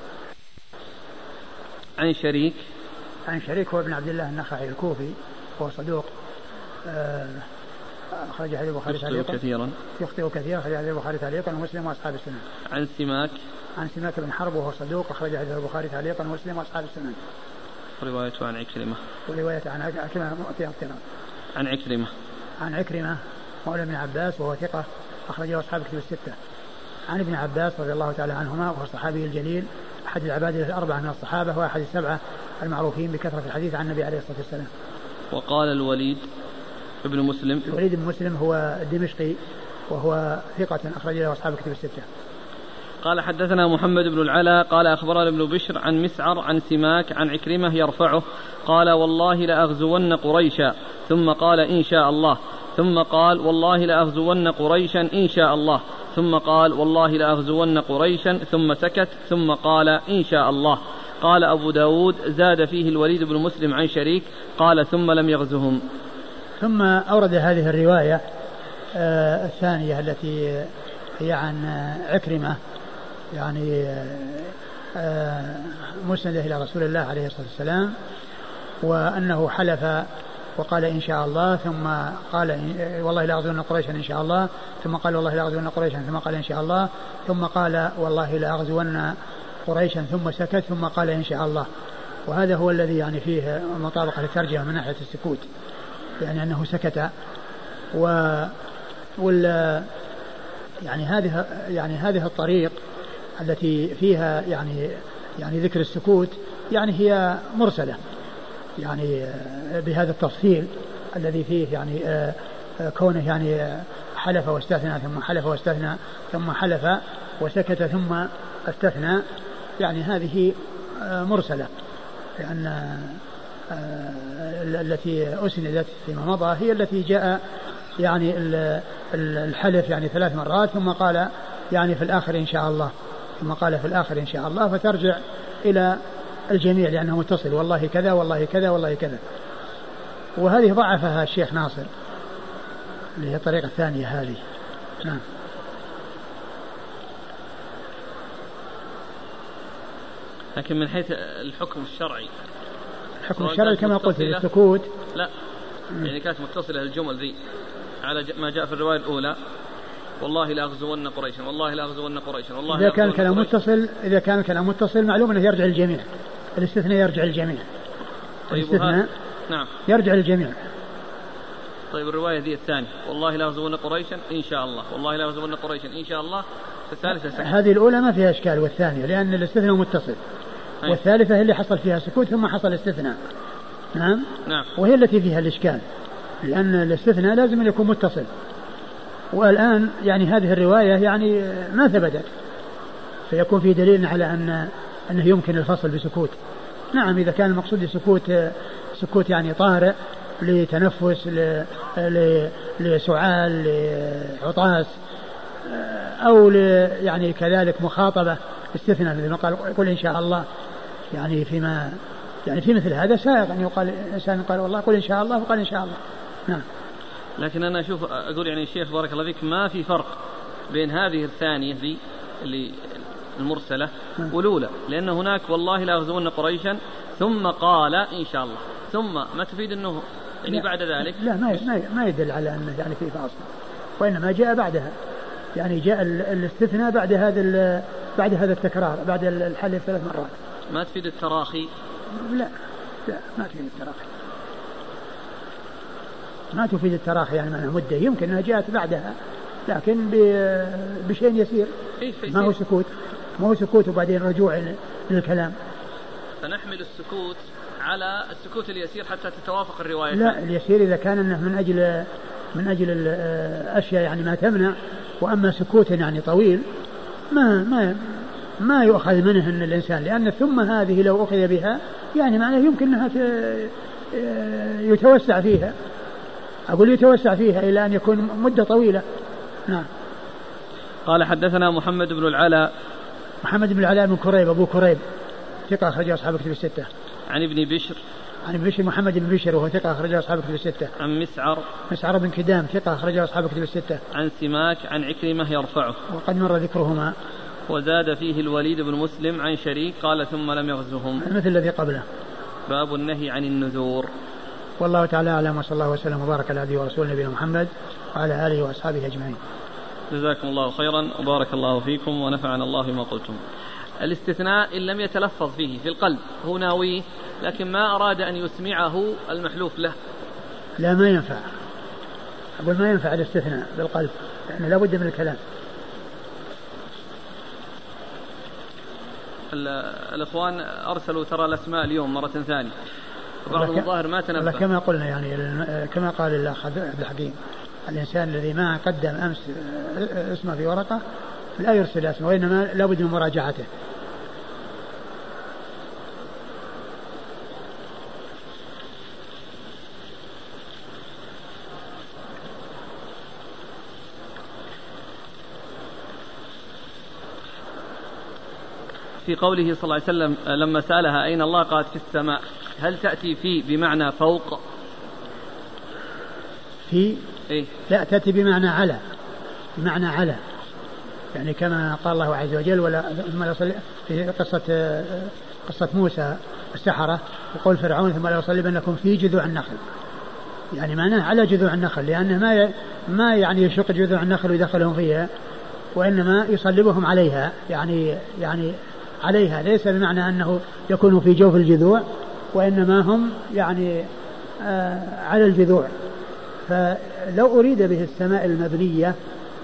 Speaker 2: عن شريك.
Speaker 1: عن شريك هو ابن عبد الله النخعي الكوفي وهو صدوق أخرج حديث البخاري تعليقا. يخطئ كثيرا أخرج حديث البخاري تعليقا ومسلم وأصحاب السنن.
Speaker 2: عن سماك.
Speaker 1: عن سماك بن حرب وهو صدوق أخرج حديث البخاري تعليقا ومسلم وأصحاب السنن.
Speaker 2: روايته عن عكرمة.
Speaker 1: وروايته عن عكرمة مؤتي اقتراب.
Speaker 2: عن عكرمة.
Speaker 1: عن عكرمة مولى ابن عباس وهو ثقة أخرجه أصحاب كتب الستة. عن ابن عباس رضي الله تعالى عنهما وهو الصحابي الجليل أحد العبادة الأربعة من الصحابة وأحد السبعة المعروفين بكثرة الحديث عن النبي عليه الصلاة والسلام.
Speaker 2: وقال الوليد بن مسلم.
Speaker 1: الوليد بن مسلم هو الدمشقي وهو ثقة أخرج له أصحاب كتب الستة.
Speaker 2: قال حدثنا محمد بن العلا قال أخبرنا ابن بشر عن مسعر عن سماك عن عكرمة يرفعه قال: والله لأغزون قريشا، ثم قال إن شاء الله، ثم قال: والله لأغزون قريشا إن شاء الله، ثم قال: والله لأغزون قريشا، ثم سكت، ثم قال إن شاء الله. قال أبو داود: زاد فيه الوليد بن مسلم عن شريك قال: ثم لم يغزهم.
Speaker 1: ثم أورد هذه الرواية الثانية التي هي عن عكرمة، يعني مسندة إلى رسول الله عليه الصلاة والسلام، وأنه حلف وقال إن شاء الله، ثم قال والله لا أغزون قريشا إن شاء الله، ثم قال والله لا أغزون قريشا، ثم قال إن شاء الله، ثم قال والله لا أغزون قريشا، ثم سكت، ثم قال إن شاء الله. وهذا هو الذي يعني فيه مطابقة للترجمة من ناحية السكوت، يعني أنه سكت. يعني هذه الطريق التي فيها يعني ذكر السكوت يعني هي مرسلة يعني بهذا التفصيل الذي فيه يعني كونه يعني حلف واستثنى ثم حلف واستثنى ثم حلف وسكت ثم استثنى، يعني هذه مرسلة، لأن التي أسندت فيما مضى هي التي جاء يعني الحلف يعني 3 مرات ثم قال يعني في الآخر إن شاء الله، ثم قال في الآخر إن شاء الله، فترجع إلى الجميع لأنه متصل، والله كذا والله كذا والله كذا. وهذه ضعفها الشيخ ناصر اللي هي الطريقة الثانية هذه. نعم.
Speaker 2: لكن من حيث الحكم الشرعي،
Speaker 1: الحكم الشرعي كما قلت السكوت
Speaker 2: لا يعني كانت متصلة الجمل ذي على ما جاء في الرواية الأولى، والله لا أغزون قريشا والله لا أغزون قريشا والله.
Speaker 1: إذا كان الكلام متصل، إذا كان الكلام متصل معلوم أنه يرجع للجميع، الاستثناء يرجع للجميع.
Speaker 2: طيب
Speaker 1: الاستثناء
Speaker 2: نعم
Speaker 1: يرجع للجميع.
Speaker 2: طيب الرواية ذي الثانية والله لا أغزون قريشا إن شاء الله والله لا أغزون قريشا إن شاء الله، الثالثة سكت.
Speaker 1: هذه الأولى ما فيها إشكال، والثانية لأن الاستثناء متصل، والثالثة هي اللي حصل فيها سكوت ثم حصل استثناء. نعم. وهي التي فيها الإشكال، لأن الاستثناء لازم أن يكون متصل، والآن يعني هذه الرواية يعني ما ثبتت، فيكون في دليل على أنه يمكن الفصل بسكوت. نعم إذا كان المقصود سكوت يعني طارئ لتنفس لسعال لعطاس أو يعني كذلك مخاطبة استثناء مثل ما قال قل إن شاء الله، يعني فيما يعني في مثل هذا سائغ أن يقال إنسان قال والله قل إن شاء الله وقال إن شاء الله. نعم.
Speaker 2: لكن أنا أقول يعني الشيخ بارك الله فيك ما في فرق بين هذه الثانية ذي اللي المرسلة والأولى، لأن هناك والله لا أغزون قريشا ثم قال إن شاء الله، ثم ما تفيد أنه يعني بعد ذلك
Speaker 1: لا ما يدل على أنه يعني في فاصل، وإنما جاء بعدها، يعني جاء الاستثناء بعد هذا التكرار بعد الحل 3 مرات.
Speaker 2: ما تفيد التراخي؟
Speaker 1: لا ما تفيد التراخي، ما تفيد التراخي يعني معنى مدة، يمكن أنها جاءت بعدها لكن بشيء يسير، ما هو سكوت وبعدين رجوع للكلام.
Speaker 2: فنحمل السكوت على السكوت اليسير حتى تتوافق الرواية.
Speaker 1: لا اليسير إذا كان أنه من أجل الأشياء يعني ما تمنع، وأما سكوت يعني طويل ما يؤخذ منه أن الإنسان، لأن ثم هذه لو أخذ بها يعني معناه يمكن أنها يتوسع فيها، أقول يتوسع فيها إلى أن يكون مدة طويلة. نعم.
Speaker 2: قال حدثنا محمد بن العلاء
Speaker 1: بن كريب أبو كريب ثقة أخرج أصحاب كتب الستة.
Speaker 2: عن ابن بشر
Speaker 1: محمد بن بشر وهو ثقة أخرج أصحاب كتب الستة.
Speaker 2: عن
Speaker 1: مسعر بن كدام ثقة أخرج أصحاب كتب الستة.
Speaker 2: عن سماك عن عكرمة يرفعه
Speaker 1: وقد مر ذكرهما.
Speaker 2: وزاد فيه الوليد بن مسلم عن شريك قال ثم لم يغزهم،
Speaker 1: مثل الذي قبله.
Speaker 2: باب النهي عن النذور.
Speaker 1: والله تعالى أعلم، وصلى الله وسلم وبارك على عبده ورسوله نبينا محمد وعلى آله وأصحابه أجمعين.
Speaker 2: جزاكم الله خيرا وبارك الله فيكم ونفعنا الله بما قلتم. الاستثناء إن لم يتلفظ فيه في القلب هو ناويه لكن ما أراد أن يسمعه المحلوف له،
Speaker 1: لا ما ينفع، أقول ما ينفع الاستثناء بالقلب لأنه لا بد من الكلام.
Speaker 2: الأخوان أرسلوا ترى الأسماء اليوم مرة ثانية، وبعضهم الظاهر ما تنبه.
Speaker 1: كما قلنا يعني كما قال الأخ عبد الحكيم، الإنسان الذي ما قدم أمس اسمه في ورقة لا يرسل اسمه، وإنما لا بد من مراجعته.
Speaker 2: في قوله صلى الله عليه وسلم لما سألها أين الله قالت في السماء، هل تأتي في بمعنى فوق؟
Speaker 1: في
Speaker 2: إيه؟
Speaker 1: لا تأتي بمعنى على، بمعنى على، يعني كما قال الله عز وجل ولا ثم لا يصلي في قصة موسى السحرة وقول فرعون ثم لا يصلبنكم في جذوع النخل، يعني معناه على جذوع النخل، لأنه ما يعني يشق جذوع النخل ويدخلهم فيها، وإنما يصلبهم عليها، يعني عليها، ليس بمعنى أنه يكون في جوف الجذوع، وإنما هم يعني على الجذوع، فلو أريد به السماء المبنية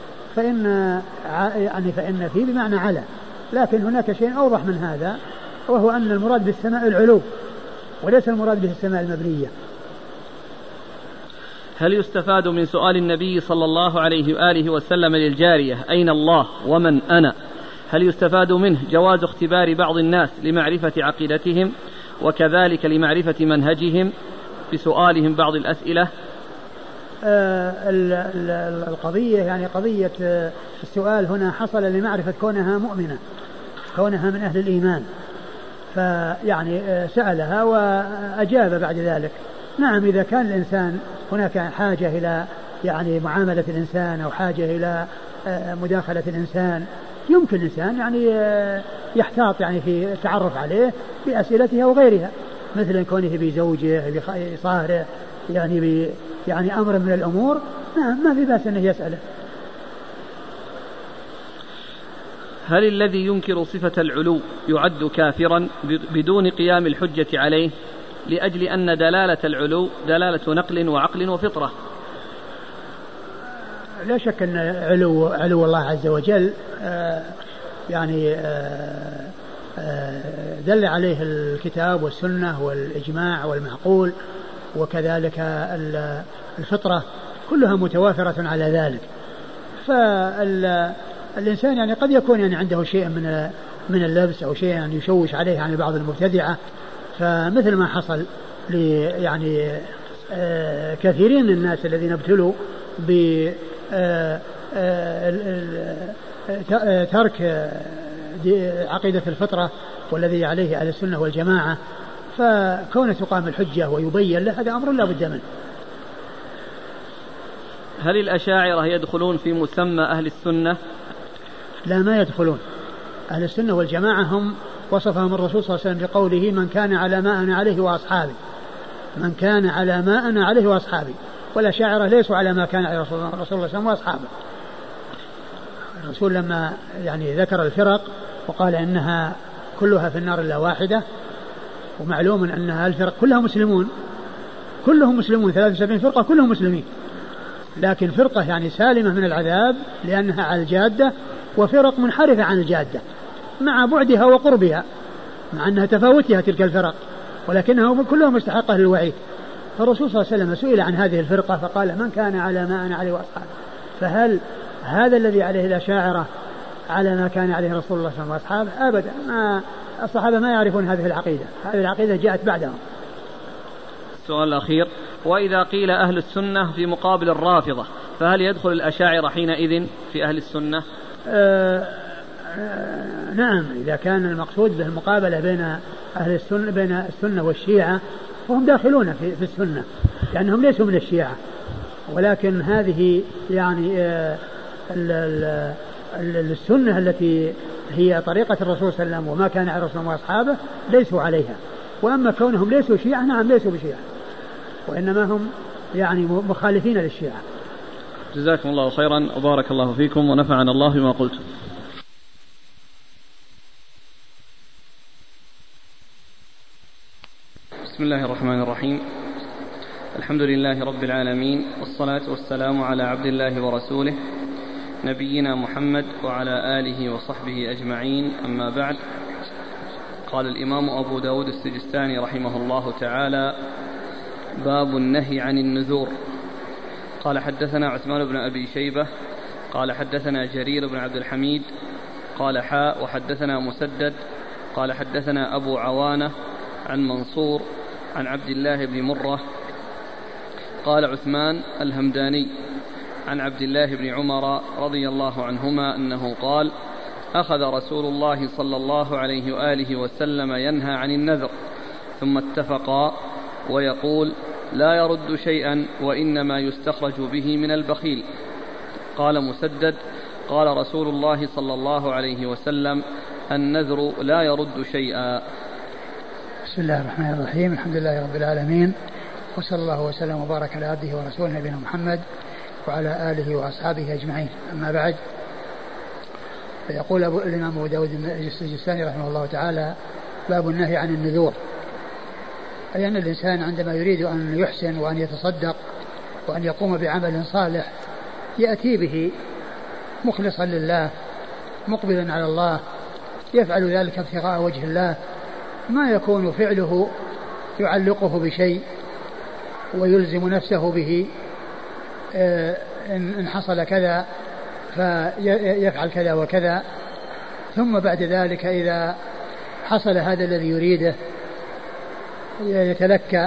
Speaker 1: فإن فيه بمعنى على، لكن هناك شيء أوضح من هذا، وهو أن المراد بالسماء العلو وليس المراد به السماء المبنية.
Speaker 2: هل يستفاد من سؤال النبي صلى الله عليه وآله وسلم للجارية أين الله ومن أنا، هل يستفاد منه جواز اختبار بعض الناس لمعرفة عقيدتهم وكذلك لمعرفة منهجهم بسؤالهم بعض الأسئلة؟
Speaker 1: القضية يعني قضية السؤال هنا حصل لمعرفة كونها مؤمنة، كونها من أهل الإيمان، فيعني سألها وأجاب بعد ذلك. نعم، إذا كان الإنسان هناك حاجة إلى يعني معاملة الإنسان أو حاجة إلى مداخلة الإنسان، يمكن الإنسان يعني يحتاط يعني في التعرف عليه بأسئلتها وغيرها، مثل كونه بزوجه بصاهره يعني أمر من الأمور، ما في بأس أنه يسأله.
Speaker 2: هل الذي ينكر صفة العلو يعد كافرا بدون قيام الحجة عليه لأجل أن دلالة العلو دلالة نقل وعقل وفطرة؟
Speaker 1: لا شك أن علو الله عز وجل دل عليه الكتاب والسنة والإجماع والمعقول، وكذلك الفطرة كلها متوافرة على ذلك. فالإنسان يعني قد يكون يعني عنده شيء من اللبس أو شيء يعني يشوش عليه يعني بعض المبتدعة، فمثل ما حصل يعني كثيرين من الناس الذين ابتلوا بترك عقيدة الفطرة والذي عليه أهل السنة والجماعة، فكون تقام الحجة ويبين له هذا أمر لا بد منه.
Speaker 2: هل الأشاعرة يدخلون في مسمى أهل السنة؟
Speaker 1: لا، ما يدخلون. أهل السنة والجماعة هم وصفهم الرسول صلى الله عليه وسلم بقوله من كان على ما أنا عليه وأصحابي، من كان على ما أنا عليه وأصحابي، والأشاعرة ليسوا على ما كان عليه رسول الله صلى الله عليه وسلم وأصحابه. الرسول لما يعني ذكر الفرق وقال إنها كلها في النار إلا واحدة، ومعلوم أنها الفرق كلها مسلمون، كلهم مسلمون 73 فرقة كلهم مسلمين، لكن فرقة يعني سالمة من العذاب لأنها على الجادة، وفرق منحرفة عن الجادة مع بعدها وقربها، مع أنها تفاوتها تلك الفرق، ولكنها كلها مستحقة للوعيد. فالرسول صلى الله عليه وسلم سئل عن هذه الفرقة فقال من كان على ما أنا عليه وأصحابه. فهل هذا الذي عليه الأشاعرة على ما كان عليه رسول الله صلى الله عليه وسلم وأصحابه؟ أبدا، الصحابة ما يعرفون هذه العقيدة، هذه العقيدة جاءت بعدهم.
Speaker 2: السؤال الأخير: وإذا قيل أهل السنة في مقابل الرافضة فهل يدخل الأشاعرة حينئذ في أهل السنة؟
Speaker 1: نعم، إذا كان المقصود بالمقابلة بين أهل السنة بين السنة والشيعة فهم داخلون في السنة لأنهم ليسوا من الشيعة، ولكن هذه يعني السنة التي هي طريقة الرسول صلى الله عليه وسلم وما كان على الرسول وأصحابه ليسوا عليها. وأما كونهم ليسوا شيعة، نعم ليسوا بشيعة، وإنما هم يعني مخالفين للشيعة.
Speaker 2: جزاكم الله خيرا وبارك الله فيكم ونفعنا الله بما قلتم. بسم الله الرحمن الرحيم. الحمد لله رب العالمين، والصلاة والسلام على عبد الله ورسوله نبينا محمد وعلى آله وصحبه أجمعين، أما بعد. قال الإمام أبو داود السجستاني رحمه الله تعالى: باب النهي عن النذور. قال حدثنا عثمان بن أبي شيبة قال حدثنا جرير بن عبد الحميد قال حاء وحدثنا مسدد قال حدثنا أبو عوانة عن منصور عن عبد الله بن مرة قال عثمان الهمداني عن عبد الله بن عمر رضي الله عنهما أنه قال: أخذ رسول الله صلى الله عليه وآله وسلم ينهى عن النذر، ثم اتفقا ويقول: لا يرد شيئا وإنما يستخرج به من البخيل. قال مسدد: قال رسول الله صلى الله عليه وسلم: النذر لا يرد شيئا.
Speaker 1: بسم الله الرحمن الرحيم. الحمد لله رب العالمين، وصلى الله وسلم وبارك على عبده ورسوله نبينا محمد وعلى آله وأصحابه أجمعين، أما بعد. فيقول الإمام أبو داود السجستاني رحمه الله تعالى: باب النهي عن النذور، أي أن الإنسان عندما يريد أن يحسن وأن يتصدق وأن يقوم بعمل صالح يأتي به مخلصا لله مقبلا على الله يفعل ذلك ابتغاء وجه الله، ما يكون فعله يعلقه بشيء ويلزم نفسه به إن حصل كذا فيفعل كذا وكذا، ثم بعد ذلك إذا حصل هذا الذي يريده يتلكأ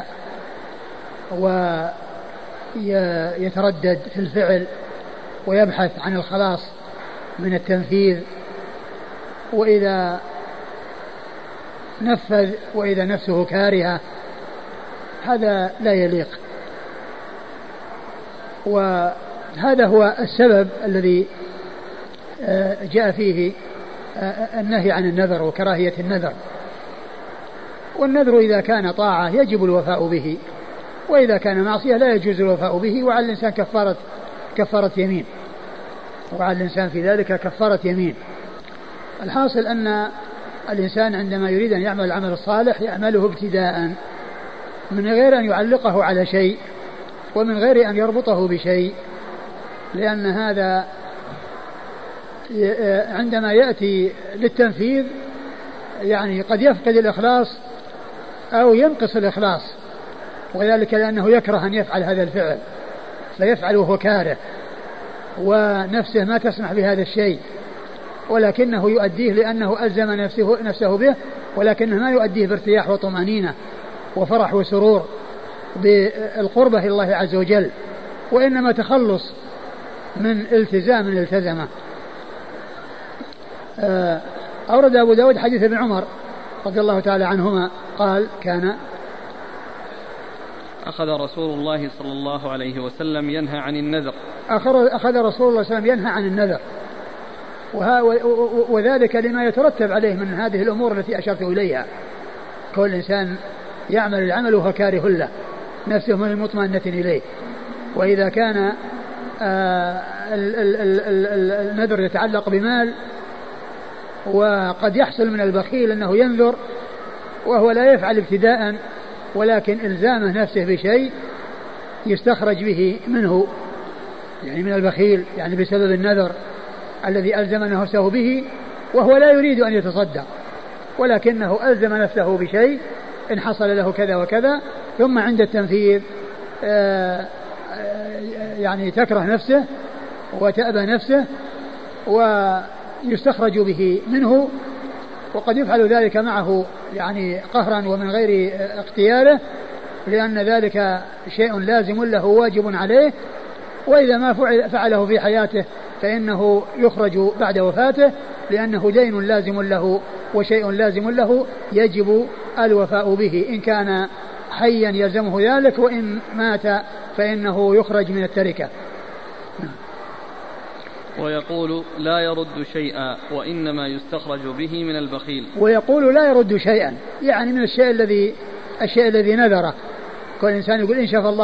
Speaker 1: ويتردد في الفعل ويبحث عن الخلاص من التنفيذ، وإذا نفذ وإذا نفسه كارهة هذا لا يليق. وهذا هو السبب الذي جاء فيه النهي عن النذر وكراهية النذر. والنذر إذا كان طاعة يجب الوفاء به، وإذا كان معصية لا يجوز الوفاء به، وعلى الإنسان كفارة يمين، وعلى الإنسان في ذلك كفارة يمين. الحاصل أن الإنسان عندما يريد أن يعمل العمل الصالح يعمله ابتداء من غير أن يعلقه على شيء ومن غير أن يربطه بشيء، لأن هذا عندما يأتي للتنفيذ يعني قد يفقد الإخلاص أو ينقص الإخلاص، وذلك لأنه يكره أن يفعل هذا الفعل فيفعل وهو كاره ونفسه ما تسمح بهذا الشيء، ولكنه يؤديه لأنه ألزم نفسه به، ولكنه ما يؤديه بارتياح وطمأنينة وفرح وسرور بالقربة إلى الله عز وجل، وإنما تخلص من التزام التزمه. أورد أبو داود حديث ابن عمر رضي الله تعالى عنهما قال كان
Speaker 2: أخذ رسول الله صلى الله عليه وسلم ينهى عن النذر.
Speaker 1: أخذ رسول الله صلى الله عليه وسلم ينهى عن النذر، وذلك لما يترتب عليه من هذه الأمور التي أشرت إليها. كل إنسان يعمل العمل وهو كاره له نفسه من المطمئنة إليه، وإذا كان النذر يتعلق بمال وقد يحصل من البخيل أنه ينذر وهو لا يفعل ابتداء، ولكن إلزامه نفسه بشيء يستخرج به منه، يعني من البخيل، يعني بسبب النذر الذي ألزم نفسه به وهو لا يريد أن يتصدق، ولكنه ألزم نفسه بشيء إن حصل له كذا وكذا، ثم عند التنفيذ يعني تكره نفسه وتأبى نفسه ويستخرج به منه، وقد يفعل ذلك معه يعني قهرا ومن غير اختياره، لأن ذلك شيء لازم له واجب عليه، وإذا ما فعله في حياته فإنه يخرج بعد وفاته، لأنه دين لازم له وشيء لازم له يجب الوفاء به، إن كان حيا يلزمه ذلك، وإن مات فإنه يخرج من التركة.
Speaker 2: ويقول لا يرد شيئا وإنما يستخرج به من البخيل.
Speaker 1: ويقول لا يرد شيئا، يعني من الشيء الذي نذره. كل إنسان يقول إن شفى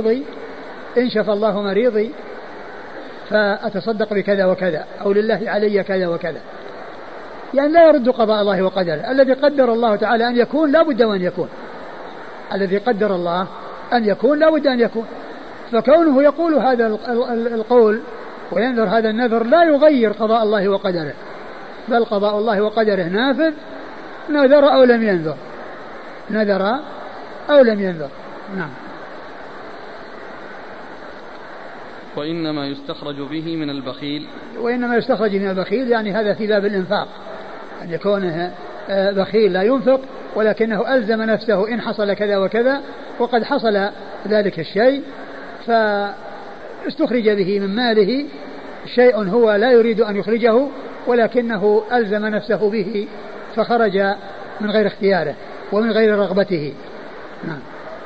Speaker 1: الله مريضي فأتصدق بكذا وكذا، أو لله علي كذا وكذا، يعني لا يرد قضاء الله وقدره. الذي قدر الله تعالى أن يكون لا بد أن يكون، الذي قدر الله أن يكون لا بد أن يكون. فكونه يقول هذا القول وينذر هذا النذر لا يغير قضاء الله وقدره، بل قضاء الله وقدره نافذ، نذر أو لم ينذر. نعم.
Speaker 2: وإنما يستخرج به من البخيل، يعني هذا في باب الإنفاق، أن يكون بخيل لا ينفق، ولكنه ألزم نفسه إن حصل كذا وكذا، وقد حصل ذلك الشيء فاستخرج به من ماله شيء هو لا يريد أن يخرجه، ولكنه ألزم نفسه به فخرج من غير اختياره ومن غير رغبته. نعم.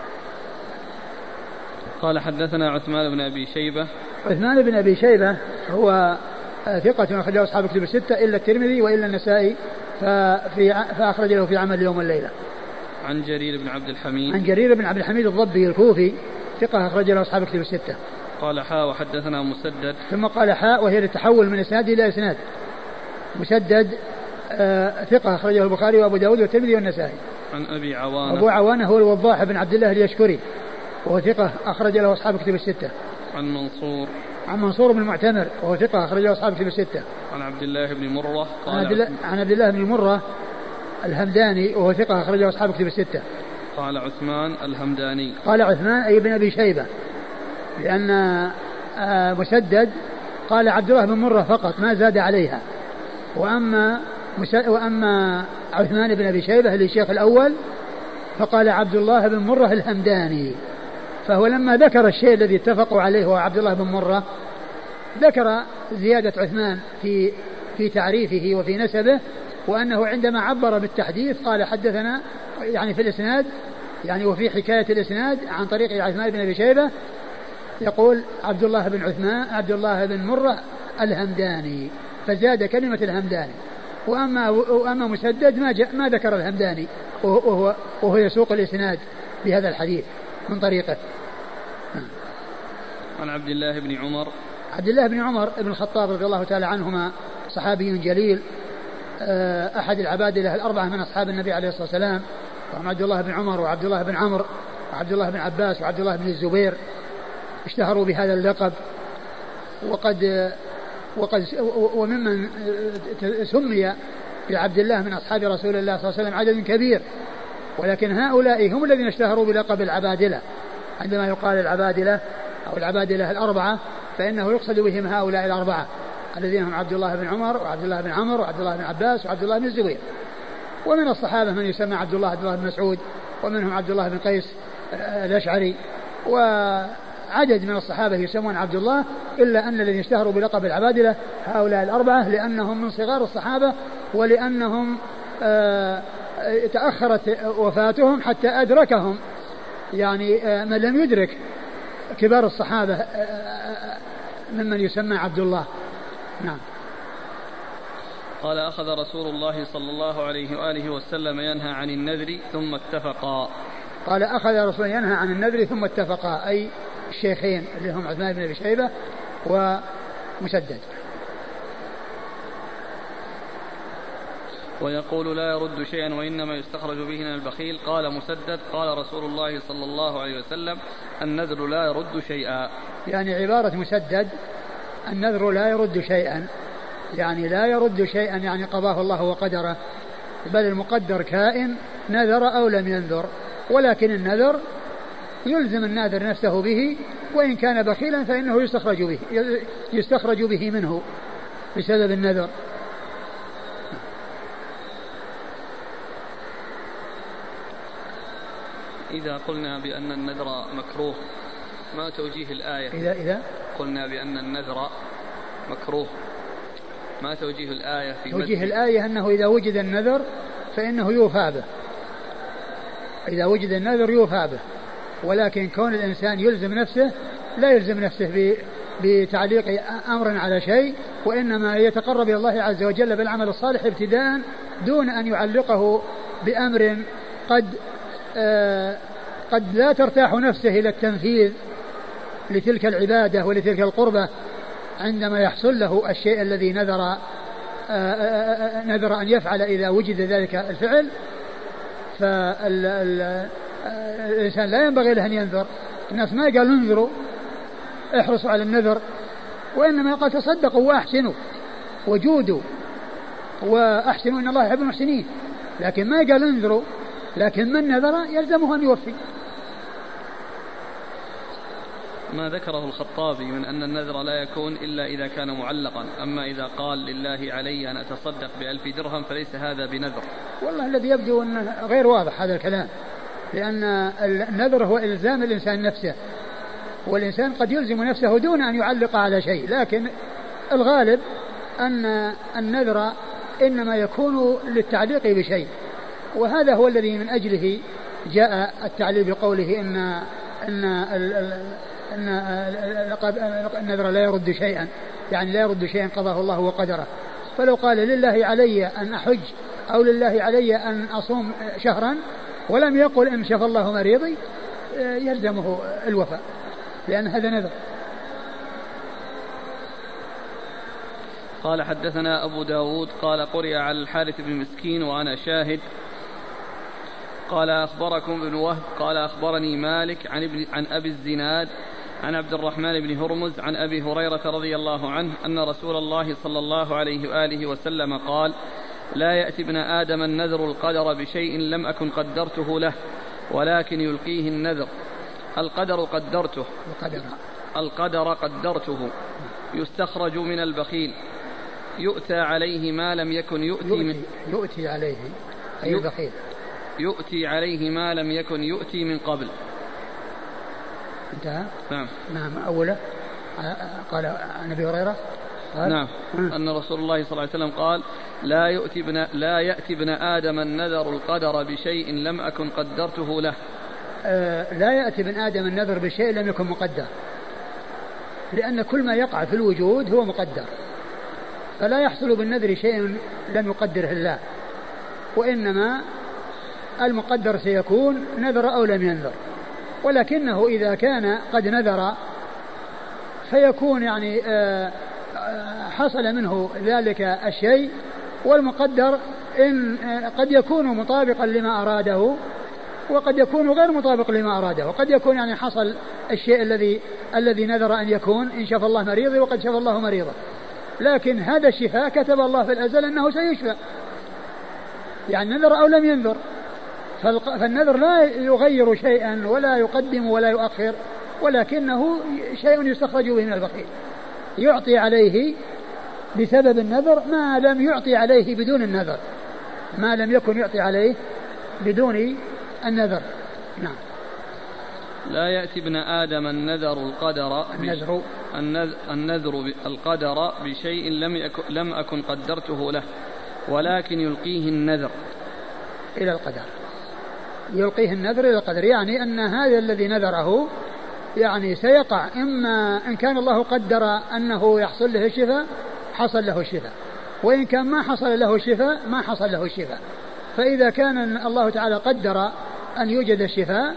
Speaker 2: قال حدثنا عثمان بن
Speaker 1: أبي شيبة هو ثقة أخرجه أصحاب الكتب الستة إلا الترمذي وإلا النسائي فأخرج له في عمل يوم والليلة.
Speaker 2: عن جرير بن عبد الحميد الضبي الكوفي ثقة أخرج له أصحاب الكتب الستة. قال حاء وحدثنا مسدد،
Speaker 1: ثم قال حاء وهي للتحول من إسناد إلى إسناد. مسدد ثقة أخرجه البخاري وأبو داود والترمذي والنسائي.
Speaker 2: عن أبي عوانة،
Speaker 1: أبو عوانة هو الوضاح بن عبد الله اليشكري وهو ثقة أخرج له أصحاب كتب الستة. عن منصور بن المعتمر وهو ثقة أخرج له أصحاب كتب الستة.
Speaker 2: عن عبد الله بن مرة
Speaker 1: عن عبد الله بن مرة الهمداني وهو ثقة أخرج له أصحاب كتب الستة.
Speaker 2: قال عثمان الهمداني.
Speaker 1: قال عثمان أي بن أبي شيبة، لأن مسدد قال عبد الله بن مرة فقط ما زاد عليها، وأما عثمان بن أبي شيبة للشيخ الأول فقال عبد الله بن مرة الهمداني. فهو لما ذكر الشيء الذي اتفقوا عليه هو عبد الله بن مرة ذكر زيادة عثمان في تعريفه وفي نسبه، وأنه عندما عبر بالتحديث قال حدثنا يعني في الإسناد يعني وفي حكاية الإسناد عن طريق عثمان بن أبي شيبة يقول عبد الله بن مرة الهمداني، فزاد كلمة الهمداني. وأما مسدد ما ذكر الهمداني، وهو يسوق الإسناد بهذا الحديث من طريقه.
Speaker 2: عن عبد الله بن عمر بن الخطاب رضي الله تعالى عنهما، صحابي جليل أحد العبادلة الأربعة من أصحاب النبي عليه الصلاة والسلام، وهم عبد الله بن عمر وعبد الله بن عمرو وعبد الله بن عباس وعبد الله بن الزبير، اشتهروا بهذا اللقب. وممن سمي بعبد الله من أصحاب رسول الله صلى الله عليه وسلم عدد كبير، ولكن هؤلاء هم الذين اشتهروا بلقب العبادلة. عندما يقال العبادلة أو العبادلة الأربعة فإنه يقصد بهم هؤلاء الأربعة الذين هم عبد الله بن عمر وعبد الله بن عمرو وعبد الله بن عباس وعبد الله بن الزبير. ومن الصحابة من يسمى عبد الله بن مسعود، ومنهم عبد الله بن قيس الأشعري، وعدد من الصحابة يسمون عبد الله، إلا أن الذين اشتهروا بلقب العبادلة هؤلاء الأربعة لأنهم من صغار الصحابة، ولأنهم تأخرت وفاتهم حتى أدركهم يعني من لم يدرك كبار الصحابة ممن يسمى عبد الله. نعم. قال أخذ رسول الله صلى الله عليه وآله وسلم ينهى عن النذر ثم اتفقا.
Speaker 1: قال أخذ رسول الله ينهى عن النذر ثم اتفقا، أي الشيخين اللي هم عثمان بن أبي شيبة ومسدد.
Speaker 2: ويقول لا يرد شيئا وإنما يستخرج به من البخيل. قال مسدد قال رسول الله صلى الله عليه وسلم النذر لا يرد شيئا.
Speaker 1: يعني عبارة مسدد النذر لا يرد شيئا، يعني لا يرد شيئا يعني قضاه الله وقدره، بل المقدر كائن نذر أو لم ينذر، ولكن النذر يلزم الناذر نفسه به، وإن كان بخيلا فإنه يستخرج به منه بسبب النذر.
Speaker 2: إذا قلنا بأن النذر مكروه ما توجيه الآية؟
Speaker 1: إذا
Speaker 2: قلنا بأن النذر مكروه ما توجيه الآية؟ في
Speaker 1: توجيه الآية أنه إذا وجد النذر فإنه يوفى به، إذا وجد النذر يوفى به، ولكن كون الإنسان يلزم نفسه لا يلزم نفسه بتعليق أمر على شيء، وإنما يتقرب إلى الله عز وجل بالعمل الصالح ابتداء دون أن يعلقه بأمر قد لا ترتاح نفسه إلى التنفيذ لتلك العبادة ولتلك القربة عندما يحصل له الشيء الذي نذر أن يفعل إذا وجد ذلك الفعل. فالإنسان لا ينبغي له أن ينذر. الناس ما قالوا انذروا احرصوا على النذر، وإنما قال تصدقوا وأحسنوا وجودوا وأحسنوا إن الله يحب المحسنين، لكن ما قال انذروا. لكن من نذر يلزمه أن يوفي.
Speaker 2: ما ذكره الخطابي من أن النذر لا يكون إلا إذا كان معلقا، أما إذا قال لله علي أن أتصدق ب1000 درهم فليس هذا بنذر.
Speaker 1: والله الذي يبدو أنه غير واضح هذا الكلام، لأن النذر هو إلزام الإنسان نفسه، والإنسان قد يلزم نفسه دون أن يعلق على شيء، لكن الغالب أن النذر إنما يكون للتعليق بشيء، وهذا هو الذي من أجله جاء التعليل بقوله إن النذر لا يرد شيئا، يعني لا يرد شيئا قضاه الله وقدره. فلو قال لله علي أن أحج أو لله علي أن أصوم شهرا ولم يقل إن شفى الله مريضي يلزمه الوفاء، لأن هذا نذر.
Speaker 2: قال حدثنا أبو داود قال قرئ على الحارث بن مسكين وأنا شاهد قال أخبركم ابن وهب قال أخبرني مالك عن أبي الزناد عن عبد الرحمن بن هرمز عن أبي هريرة رضي الله عنه أن رسول الله صلى الله عليه وآله وسلم قال لا يأتي ابن آدم النذر القدر بشيء لم أكن قدرته له ولكن يلقيه النذر. القدر قدرته يستخرج من البخيل يؤتى عليه ما لم يكن
Speaker 1: يؤتي عليه أي البخيل
Speaker 2: يؤتي عليه ما لم يكن يؤتي من قبل.
Speaker 1: انتهى. نعم أوله قال عن أبي هريرة
Speaker 2: نعم أن رسول الله صلى الله عليه وسلم قال لا يأتي ابن آدم النذر القدر بشيء لم أكن قدرته له.
Speaker 1: لا يأتي ابن آدم النذر بشيء لم يكن مقدر، لأن كل ما يقع في الوجود هو مقدر، فلا يحصل بالنذر شيء لم يقدره الله، وإنما المقدر سيكون نذر أو لم ينذر. ولكنه إذا كان قد نذر فيكون يعني حصل منه ذلك الشيء، والمقدر إن قد يكون مطابقا لما أراده وقد يكون غير مطابق لما أراده، وقد يكون يعني حصل الشيء الذي نذر أن يكون، إن شفى الله مريضي وقد شفى الله مريضه، لكن هذا الشفاء كتب الله في الأزل أنه سيشفى، يعني نذر أو لم ينذر. فالنذر لا يغير شيئا ولا يقدم ولا يؤخر، ولكنه شيء يستخرج به من البخيل، يعطي عليه بسبب النذر ما لم يعطي عليه بدون النذر، ما لم يكن يعطي عليه بدون النذر. نعم.
Speaker 2: لا يأتي ابن آدم النذر القدر بشيء لم أكن قدرته له ولكن يلقيه النذر
Speaker 1: إلى القدر، يلقيه النذر إلى القدر، يعني أن هذا الذي نذره يعني سيقع، إما إن كان الله قدر أنه يحصل له الشفاء حصل له الشفاء، وإن كان ما حصل له الشفاء ما حصل له الشفاء. فإذا كان الله تعالى قدر أن يوجد الشفاء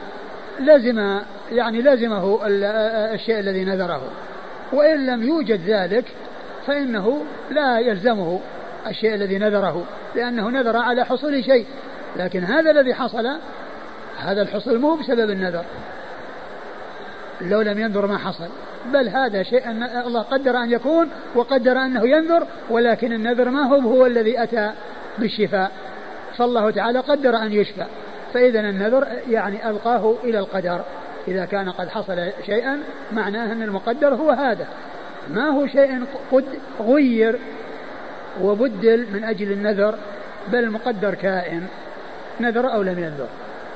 Speaker 1: لازمه الشيء الذي نذره، وإن لم يوجد ذلك فإنه لا يلزمه الشيء الذي نذره، لأنه نذر على حصول شيء، لكن هذا الذي حصل هذا الحصول مو بسبب النذر، لو لم ينذر ما حصل، بل هذا شيء أن الله قدر أن يكون وقدر أنه ينذر، ولكن النذر ما هو الذي أتى بالشفاء، فالله تعالى قدر أن يشفى، فإذا النذر يعني ألقاه إلى القدر. إذا كان قد حصل شيئا معناه أن المقدر هو هذا، ما هو شيء قد غير وبدل من أجل النذر، بل المقدر كائن نذر أو لم ينذر.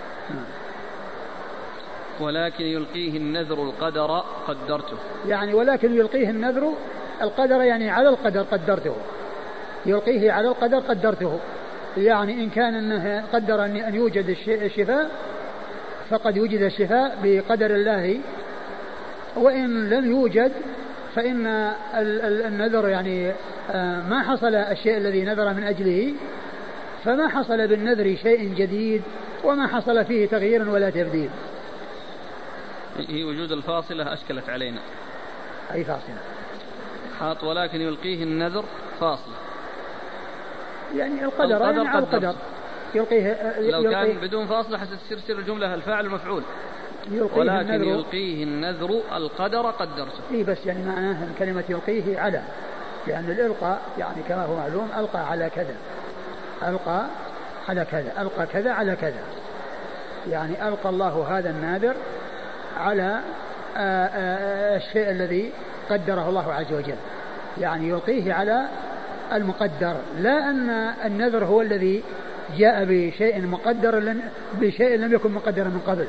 Speaker 2: ولكن يلقيه النذر القدر قدرته،
Speaker 1: يعني ولكن يلقيه النذر القدر يعني على القدر قدرته، يلقيه على القدر قدرته، يعني إن كان أنه قدر أن يوجد الشفاء فقد يوجد الشفاء بقدر الله، وإن لم يوجد فإن النذر يعني ما حصل الشيء الذي نذر من أجله، فما حصل بالنذر شيء جديد وما حصل فيه تغيير ولا تبديل.
Speaker 2: هي وجود الفاصلة أشكلت علينا.
Speaker 1: أي فاصلة؟
Speaker 2: حاط ولكن يلقيه النذر فاصلة،
Speaker 1: يعني القدر يعني على القدر يلقيه.
Speaker 2: لو كان بدون فاصلة حتصير الجملة الفاعل المفعول، ولكن يلقيه النذر القدر قدرته.
Speaker 1: إيه بس يعني معناه كلمة يلقيه على، لأن الإلقاء يعني كما هو معلوم ألقى على كذا، ألقى على كذا، ألقى كذا على كذا، يعني ألقى الله هذا الناذر على الشيء الذي قدره الله عز وجل، يعني يلقيه على المقدر، لا أن النذر هو الذي جاء بشيء مقدر بشيء لم يكن مقدرا من قبل.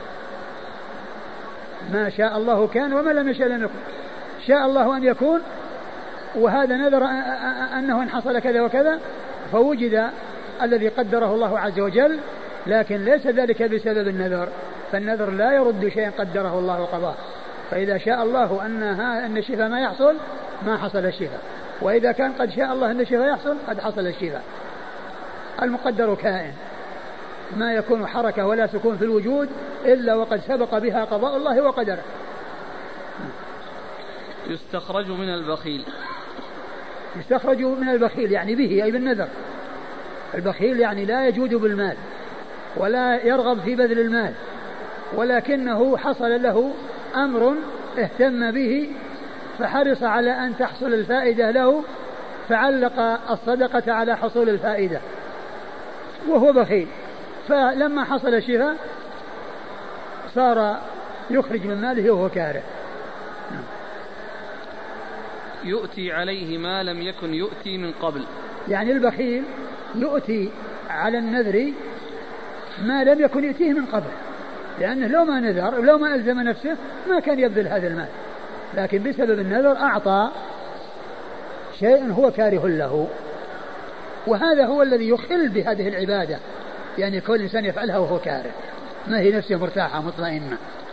Speaker 1: ما شاء الله كان وما لم يشاء لم يكن، شاء الله أن يكون وهذا نذر أنه إن حصل كذا وكذا فوجد الذي قدره الله عز وجل، لكن ليس ذلك بسبب النذر، فالنذر لا يرد شيئا قدره الله وقضاه، فإذا شاء الله أن الشفاء ما يحصل ما حصل الشفاء، وإذا كان قد شاء الله أن الشفاء يحصل قد حصل الشفاء. المقدر كائن، ما يكون حركة ولا سكون في الوجود إلا وقد سبق بها قضاء الله وقدره.
Speaker 2: يستخرج من البخيل،
Speaker 1: يستخرج من البخيل يعني به أي بالنذر. البخيل يعني لا يجود بالمال، ولا يرغب في بذل المال، ولكنه حصل له أمر اهتم به فحرص على أن تحصل الفائدة له، فعلق الصدقة على حصول الفائدة وهو بخيل، فلما حصل الشفاء صار يخرج من ماله وهو كاره.
Speaker 2: يؤتي عليه ما لم يكن يؤتي من قبل،
Speaker 1: يعني البخيل يؤتي على النذر ما لم يكن يؤتيه من قبل، لأنه لو ما نذر لو ما ألزم نفسه ما كان يبذل هذا المال، لكن بسبب النذر أعطى شيء هو كاره له، وهذا هو الذي يخل بهذه العبادة، يعني كل إنسان يفعلها وهو كاره، ما هي نفسه مرتاحة مطمئنة.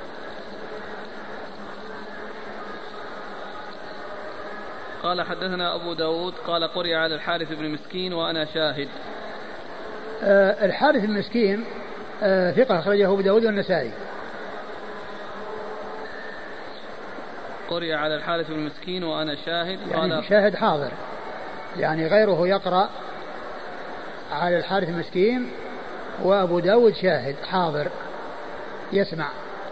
Speaker 2: قال حدثنا أبو داود قال قرئ على الحارث بن مسكين وأنا شاهد.
Speaker 1: الحارث بن مسكين ثقة أخرجه أبو داود والنسائي.
Speaker 2: قرئ على الحارث بن مسكين وأنا شاهد،
Speaker 1: يعني
Speaker 2: قال
Speaker 1: شاهد حاضر، يعني غيره يقرأ على الحارث المسكين وأبو داود شاهد حاضر يسمع.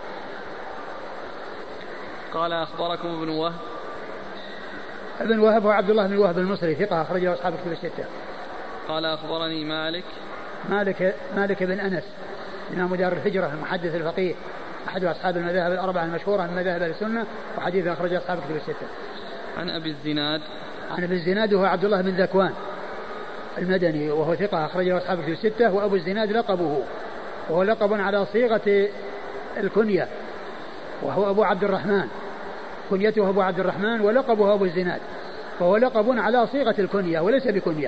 Speaker 2: قال أخبركم ابن وهب.
Speaker 1: ابن وهب وعبد الله بن وهب المصري ثقة أخرجه أصحاب الكتب الستة.
Speaker 2: قال أخبرني
Speaker 1: مالك بن أنس إمام دار الهجرة المحدث الفقيه أحد أصحاب المذاهب الأربعة المشهورة من مذاهب السنة، وحديث أخرجه أصحاب الكتب الستة.
Speaker 2: عن أبي الزناد.
Speaker 1: عن أبي الزناد وهو عبد الله بن ذكوان المدني وهو ثقة أخرجه أصحاب الكتب الستة. وأبو الزناد لقبه، وهو لقب على صيغة الكنية، وهو أبو عبد الرحمن، كنيته أبو عبد الرحمن ولقبه أبو الزناد، فهو لقب على صيغة الكنية وليس بكنية.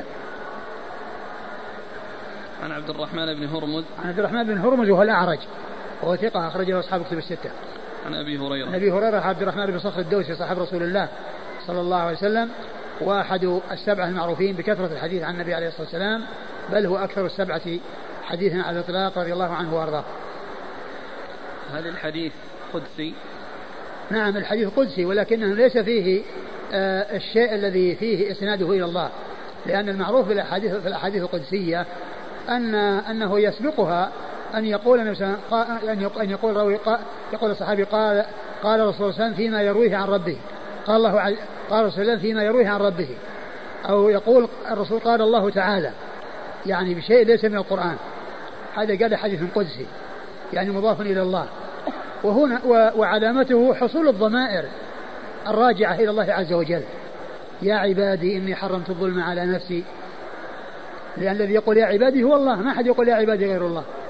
Speaker 2: عن عبد الرحمن بن هرمز.
Speaker 1: عن عبد الرحمن بن هرمز وهو الأعرج وهو ثقة أخرجه أصحاب الكتب الستة.
Speaker 2: عن أبي هريرة.
Speaker 1: عن أبي هريرة عبد الرحمن بن صخر الدوسي صاحب رسول الله صلى الله عليه وسلم، وأحد السبعة المعروفين بكثرة الحديث عن النبي عليه الصلاة والسلام، بل هو أكثر السبعة حديثا على الإطلاق رضي الله عنه وأرضاه.
Speaker 2: هل الحديث قدسي؟
Speaker 1: نعم الحديث قدسي، ولكنه ليس فيه الشيء الذي فيه إسناده إلى الله، لأن المعروف في الأحاديث القدسية أنه يسبقها أن يقول أن يقول راوي يقول الصحابي قال رسول الله صلى الله عليه وسلم فيما يرويه عن ربه، قال رسول الله فيما يرويه عن ربه، أو يقول الرسول قال الله تعالى، يعني بشيء ليس من القرآن. هذا قال حديث قدسي يعني مضاف إلى الله. وهنا وعلامته حصول الضمائر الراجعة إلى الله عز وجل، يا عبادي إني حرمت الظلم على نفسي، لأن الذي يقول يا عبادي هو الله، ما حد يقول يا عبادي غير الله.